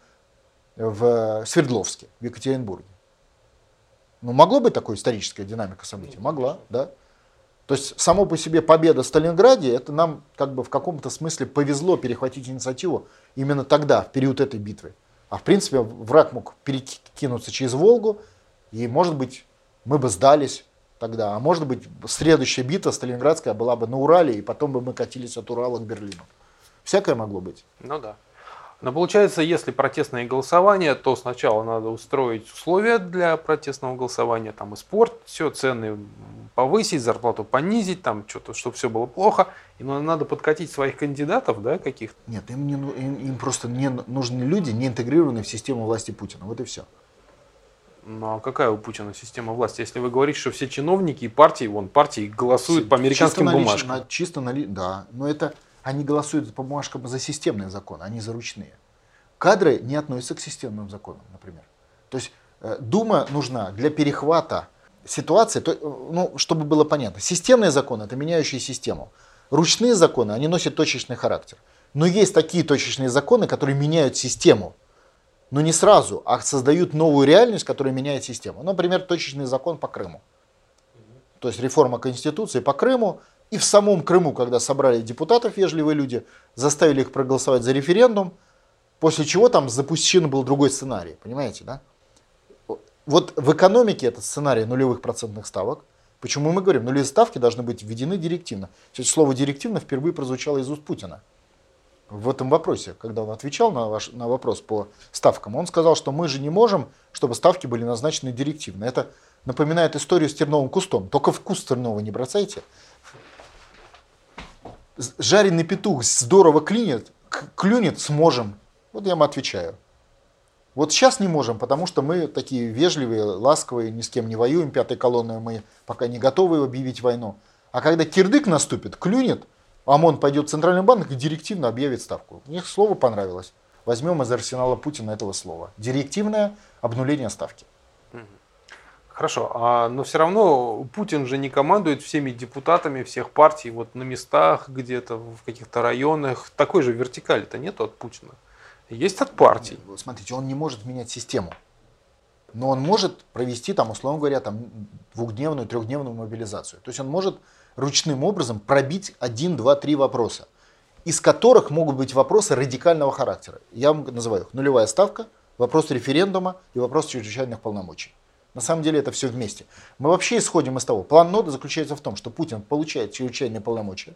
в Свердловске, в Екатеринбурге. Ну, могло быть такая историческая динамика событий? Могла, да. То есть, само по себе победа в Сталинграде, это нам как бы в каком-то смысле повезло перехватить инициативу именно тогда, в период этой битвы. А в принципе, враг мог перекинуться через Волгу, и, может быть, мы бы сдались тогда. А может быть, следующая битва Сталинградская была бы на Урале, и потом бы мы катились от Урала к Берлину. Всякое могло быть.
Ну да. Но получается, если протестное голосование, то сначала надо устроить условия для протестного голосования, там и спорт, все, цены повысить, зарплату понизить, там что-то, чтобы все было плохо. И надо подкатить своих кандидатов, да, каких-то.
Нет, им просто не нужны люди, не интегрированные в систему власти Путина. Вот и все.
Ну а какая у Путина система власти? Если вы говорите, что все чиновники и партии голосуют по американским бумажкам.
Да, но это они голосуют по бумажкам за системные законы, а не за ручные. Кадры не относятся к системным законам, например. То есть Дума нужна для перехвата ситуации, чтобы было понятно. Системные законы – это меняющие систему. Ручные законы, они носят точечный характер. Но есть такие точечные законы, которые меняют систему. Но не сразу, а создают новую реальность, которая меняет систему. Например, точечный закон по Крыму. То есть реформа Конституции по Крыму. И в самом Крыму, когда собрали депутатов вежливые люди, заставили их проголосовать за референдум, после чего там запущен был другой сценарий. Понимаете, да? Вот в экономике этот сценарий нулевых процентных ставок. Почему мы говорим, нулевые ставки должны быть введены директивно. Кстати, слово «директивно» впервые прозвучало из уст Путина. В этом вопросе, когда он отвечал на вопрос по ставкам, он сказал, что мы же не можем, чтобы ставки были назначены директивно. Это напоминает историю с терновым кустом. Только в куст терновый не бросайте. Жареный петух здорово клюнет, сможем. Вот я вам отвечаю. Вот сейчас не можем, потому что мы такие вежливые, ласковые, ни с кем не воюем, пятой колонной мы пока не готовы объявить войну. А когда кирдык наступит, клюнет, ОМОН пойдет в Центральный банк и директивно объявит ставку. Мне слово понравилось. Возьмем из арсенала Путина этого слова. Директивное обнуление ставки.
Хорошо, но все равно Путин же не командует всеми депутатами всех партий вот на местах где-то, в каких-то районах. Такой же вертикали-то нету от Путина. Есть от партий.
Смотрите, он не может менять систему. Но он может провести, там, условно говоря, там, двухдневную, трехдневную мобилизацию. То есть он может ручным образом пробить 1, 2, 3 вопроса, из которых могут быть вопросы радикального характера. Я вам называю их нулевая ставка, вопрос референдума и вопрос чрезвычайных полномочий. На самом деле это все вместе. Мы вообще исходим из того, план нода заключается в том, что Путин получает чрезвычайные полномочия,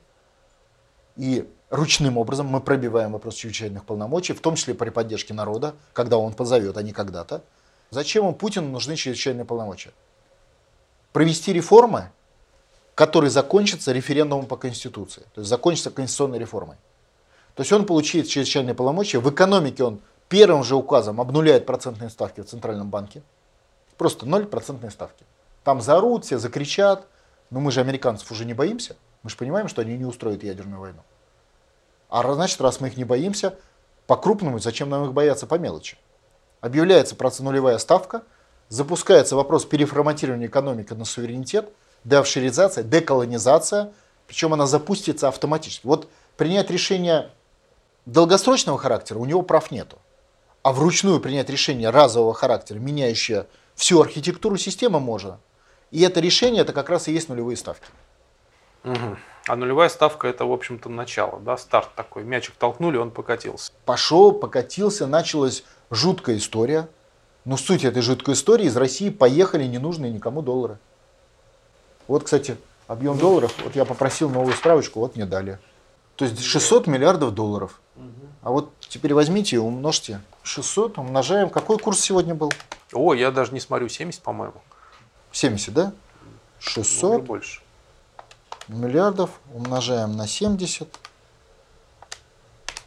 и ручным образом мы пробиваем вопрос чрезвычайных полномочий, в том числе при поддержке народа, когда он позовет, а не когда-то. Зачем Путину нужны чрезвычайные полномочия? Провести реформы, которые закончатся референдумом по Конституции, то есть закончатся конституционной реформой. То есть он получит чрезвычайные полномочия, в экономике он первым же указом обнуляет процентные ставки в Центральном банке, просто 0% ставки. Там заорут все, закричат, но мы же американцев уже не боимся, мы же понимаем, что они не устроят ядерную войну. А значит, раз мы их не боимся, по-крупному, зачем нам их бояться по мелочи? Объявляется нулевая ставка, запускается вопрос переформатирования экономики на суверенитет, деофшоризация, деколонизация, причем она запустится автоматически. Вот принять решение долгосрочного характера у него прав нету. А вручную принять решение разового характера, меняющее всю архитектуру системы, можно. И это решение, это как раз и есть нулевые ставки.
Угу. А нулевая ставка это, в общем-то, начало, да, старт такой. Мячик толкнули, он покатился.
Пошел, покатился, началась жуткая история. Но суть этой жуткой истории: из России поехали ненужные никому доллары. Вот, кстати, объем долларов, вот я попросил новую справочку, вот мне дали. То есть 600 миллиардов долларов. А вот теперь возьмите и умножьте. 600 умножаем. Какой курс сегодня был?
О, я даже не смотрю, 70, по-моему.
70, да? 600
больше.
Миллиардов умножаем на 70.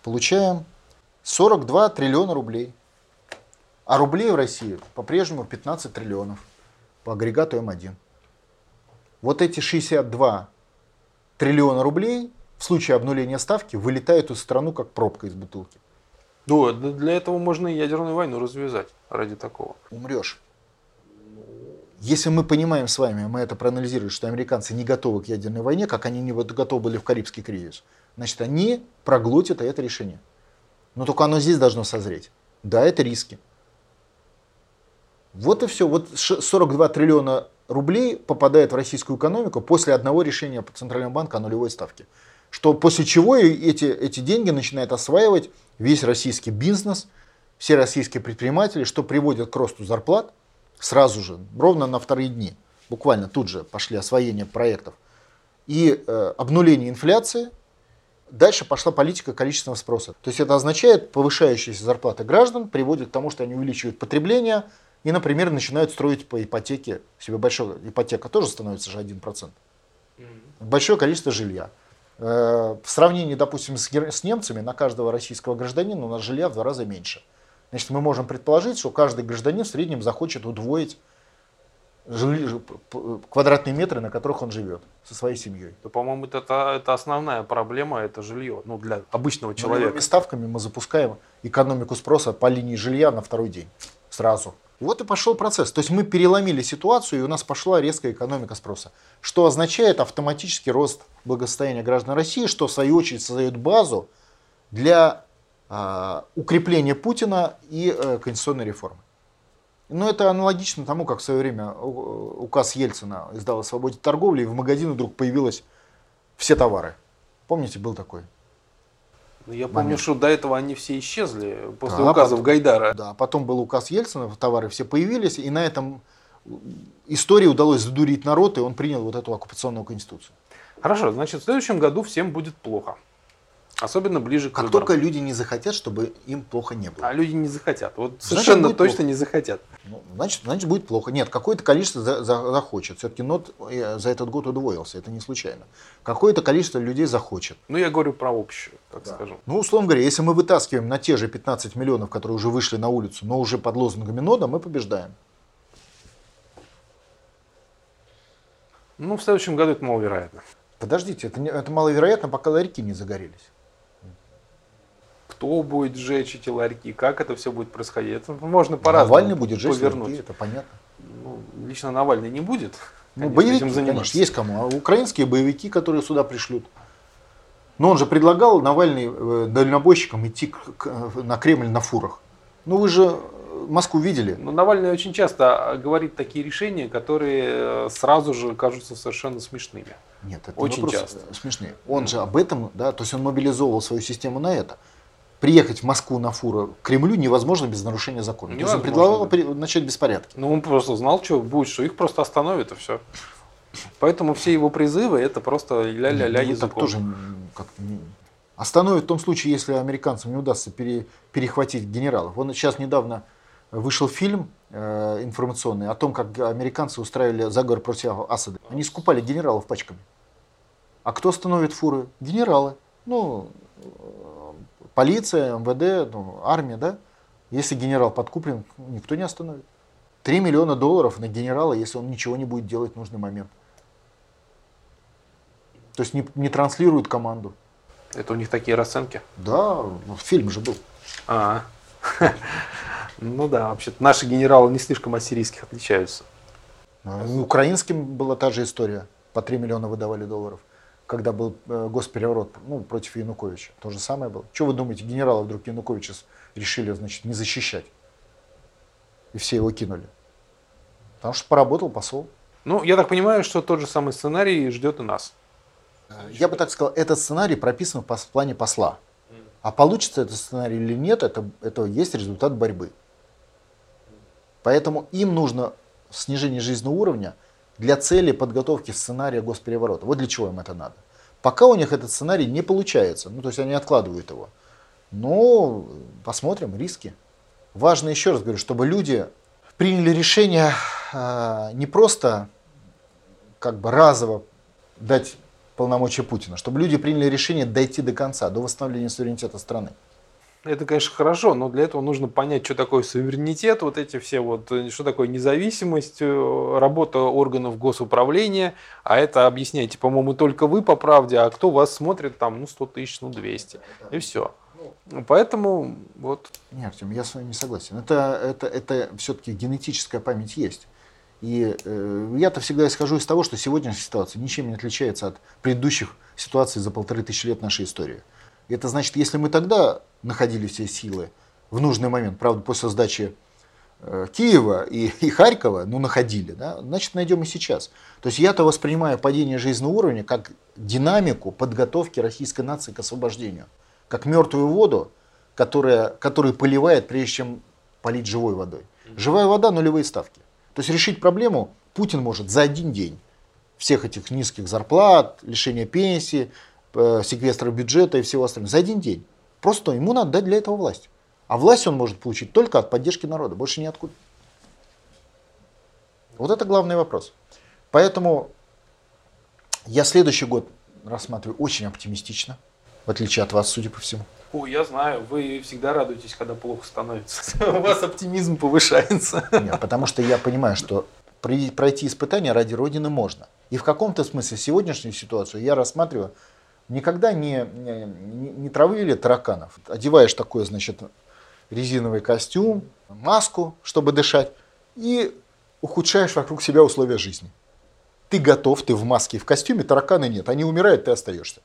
получаем 42 триллиона рублей. А рублей в России по-прежнему 15 триллионов по агрегату М1. Вот эти 62 триллиона рублей в случае обнуления ставки вылетают из страны как пробка из бутылки.
Да, для этого можно и ядерную войну развязать ради такого.
Умрешь. Если мы понимаем с вами, мы это проанализируем, что американцы не готовы к ядерной войне, как они не готовы были в Карибский кризис, значит, они проглотят это решение. Но только оно здесь должно созреть. Да, это риски. Вот и все. Вот 42 триллиона рублей попадает в российскую экономику после одного решения Центрального банка о нулевой ставке. Что после чего эти деньги начинает осваивать весь российский бизнес, все российские предприниматели, что приводит к росту зарплат сразу же, ровно на вторые дни. Буквально тут же пошли освоение проектов. И обнуление инфляции. Дальше пошла политика количественного спроса. То есть это означает, повышающиеся зарплаты граждан приводят к тому, что они увеличивают потребление и, например, начинают строить по ипотеке. Себе большая ипотека тоже становится же 1%. Большое количество жилья. В сравнении, допустим, с немцами, на каждого российского гражданина у нас жилья в 2 раза меньше. Значит, мы можем предположить, что каждый гражданин в среднем захочет удвоить квадратные метры, на которых он живет со своей семьей.
Да, по-моему, это основная проблема, это жилье, ну, для обычного человека.
Нулевыми ставками мы запускаем экономику спроса по линии жилья на второй день. Сразу. Вот и пошел процесс. То есть мы переломили ситуацию, и у нас пошла резкая экономика спроса. Что означает автоматический рост благосостояния граждан России, что в свою очередь создает базу для укрепления Путина и конституционной реформы. Но это аналогично тому, как в свое время указ Ельцина издал о свободе торговли, и в магазине вдруг появилось все товары. Помните, был такой?
Я помню, что до этого они все исчезли после
Да,
указов
потом,
Гайдара.
Да, потом был указ Ельцина, товары все появились, и на этом истории удалось задурить народ, и он принял вот эту оккупационную конституцию.
Хорошо, значит, в следующем году всем будет плохо. Особенно ближе к
Как
выборам.
только люди не захотят, чтобы им плохо не было.
А люди не захотят. Вот
Значит,
совершенно
будет
точно
плохо.
не захотят.
Ну, значит, будет плохо. Нет, какое-то количество захочет. Все-таки НОТ за этот год удвоился, это не случайно. Какое-то количество людей захочет.
Ну, я говорю про общее, так скажем.
Ну, условно говоря, если мы вытаскиваем на те же 15 миллионов, которые уже вышли на улицу, но уже под лозунгами НОДа, мы побеждаем.
Ну, в следующем году это маловероятно.
Подождите, это маловероятно, пока ларьки не загорелись.
Кто будет сжечь эти ларьки, как это все будет происходить, это можно по-разному
Навальный будет жечь
повернуть.
ларьки, это понятно.
Ну, лично Навальный не будет.
Ну,
Конечно,
боевики,
этим заниматься.
конечно, есть кому. А украинские боевики, которые сюда пришлют. Но он же предлагал Навальный дальнобойщикам идти на Кремль на фурах. Ну вы же Москву видели.
Но Навальный очень часто говорит такие решения, которые сразу же кажутся совершенно смешными.
Нет, это
Очень
вопрос
часто.
смешные. Он же об этом, да, то есть он мобилизовал свою систему на это. Приехать в Москву на фуру к Кремлю невозможно без нарушения закона. То есть он
Невозможно,
предлагал начать беспорядки.
Ну, он просто знал, что будет, что их просто остановят и все. Поэтому все его призывы это просто ля-ля-ля
Ну, так
языком.
тоже остановит в том случае, если американцам не удастся перехватить генералов. Вон сейчас недавно вышел фильм информационный о том, как американцы устраивали заговор против Асада. Они скупали генералов пачками. А кто остановит фуры? Генералы. Ну, полиция, МВД, ну, армия, да? Если генерал подкуплен, никто не остановит. $3 миллиона на генерала, если он ничего не будет делать в нужный момент. То есть не транслирует команду.
Это у них такие расценки?
Да, фильм же был.
Ну да, вообще-то наши генералы не слишком от сирийских отличаются.
Украинским была та же история. По $3 миллиона выдавали долларов. Когда был госпереворот, ну, против Януковича. То же самое было. Что вы думаете, генералы вдруг Януковича решили, значит, не защищать? И все его кинули. Потому что поработал посол.
Ну, я так понимаю, что тот же самый сценарий ждет и нас.
Я бы так сказал, этот сценарий прописан в плане посла. А получится этот сценарий или нет, это есть результат борьбы. Поэтому им нужно снижение жизненного уровня для цели подготовки сценария госпереворота. Вот для чего им это надо. Пока у них этот сценарий не получается, ну то есть они откладывают его. Но посмотрим, риски. Важно, еще раз говорю, чтобы люди приняли решение не просто как бы разово дать полномочия Путина, чтобы люди приняли решение дойти до конца, до восстановления суверенитета страны.
Это, конечно, хорошо, но для этого нужно понять, что такое суверенитет, вот эти все вот, что такое независимость, работа органов госуправления, а это объясняете, по-моему, только вы по правде, а кто вас смотрит там, 100 тысяч, 200, и все. Поэтому вот.
Нет, Артем, я с вами не согласен. Это все-таки генетическая память есть. И я-то всегда исхожу из того, что сегодняшняя ситуация ничем не отличается от предыдущих ситуаций за 1500 лет нашей истории. И это значит, если мы тогда находили все силы в нужный момент, правда, после сдачи Киева и Харькова, находили, да, значит, найдем и сейчас. То есть я-то воспринимаю падение жизненного уровня как динамику подготовки российской нации к освобождению. Как мертвую воду, которую поливает, прежде чем полить живой водой. Живая вода — нулевые ставки. То есть решить проблему Путин может за один день. Всех этих низких зарплат, лишения пенсии, секвестра бюджета и всего остального. За один день. Просто ему надо дать для этого власть. А власть он может получить только от поддержки народа, больше ниоткуда. Вот это главный вопрос. Поэтому я следующий год рассматриваю очень оптимистично, в отличие от вас, судя по всему.
Ой, я знаю, вы всегда радуетесь, когда плохо становится. У вас оптимизм повышается.
Нет, потому что я понимаю, что пройти испытания ради Родины можно. И в каком-то смысле сегодняшнюю ситуацию я рассматриваю никогда не травили тараканов. Одеваешь такой, значит, резиновый костюм, маску, чтобы дышать, и ухудшаешь вокруг себя условия жизни. Ты готов, ты в маске и в костюме, тараканы нет. Они умирают, ты остаешься.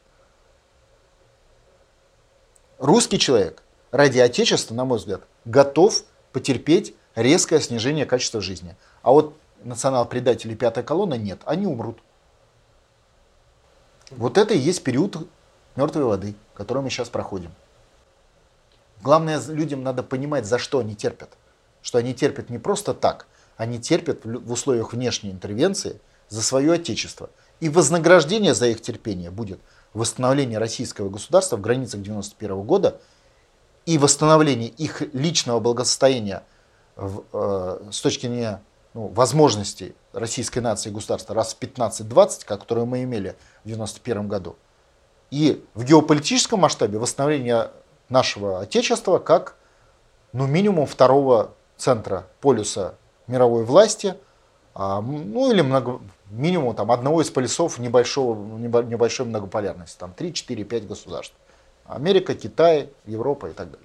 Русский человек ради Отечества, на мой взгляд, готов потерпеть резкое снижение качества жизни. А вот национал-предатели пятая колонна нет, они умрут. Вот это и есть период мертвой воды, который мы сейчас проходим. Главное, людям надо понимать, за что они терпят. Что они терпят не просто так, они терпят в условиях внешней интервенции за свое Отечество. И вознаграждение за их терпение будет восстановление российского государства в границах 1991 года и восстановление их личного благосостояния с точки зрения возможностей российской нации и государства раз в 15-20, которую мы имели в 1991 году. И в геополитическом масштабе восстановление нашего Отечества как минимум второго центра полюса мировой власти, или минимум одного из полюсов небольшой многополярности, 3, 4, 5 государств. Америка, Китай, Европа и так далее.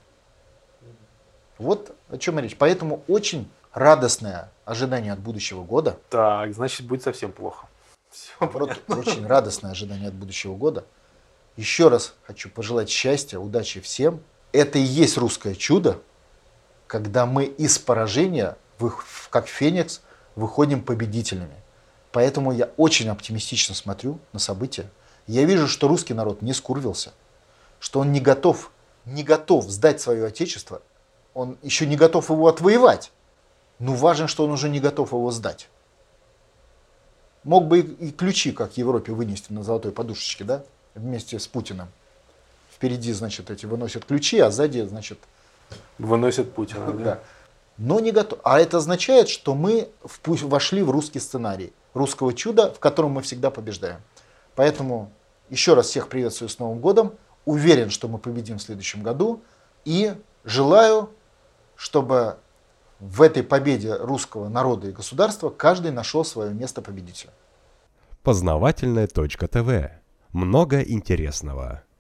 Вот о чем речь. Поэтому очень радостное ожидание от будущего года.
Так, значит, будет совсем плохо.
Очень радостное ожидание от будущего года. Еще раз хочу пожелать счастья, удачи всем. Это и есть русское чудо, когда мы из поражения, как феникс, выходим победителями. Поэтому я очень оптимистично смотрю на события. Я вижу, что русский народ не скурвился, что он не готов сдать свое Отечество, он еще не готов его отвоевать. Но важно, что он уже не готов его сдать. Мог бы и ключи, как в Европе, вынести на золотой подушечке, да, вместе с Путиным. Впереди, значит, эти выносят ключи, а сзади, значит...
Выносят Путина,
да. Но не готов. А это означает, что мы вошли в русский сценарий русского чуда, в котором мы всегда побеждаем. Поэтому еще раз всех приветствую с Новым годом. Уверен, что мы победим в следующем году. И желаю, чтобы в этой победе русского народа и государства каждый нашел свое место победителя.
Познавательная точка ТВ. Много интересного.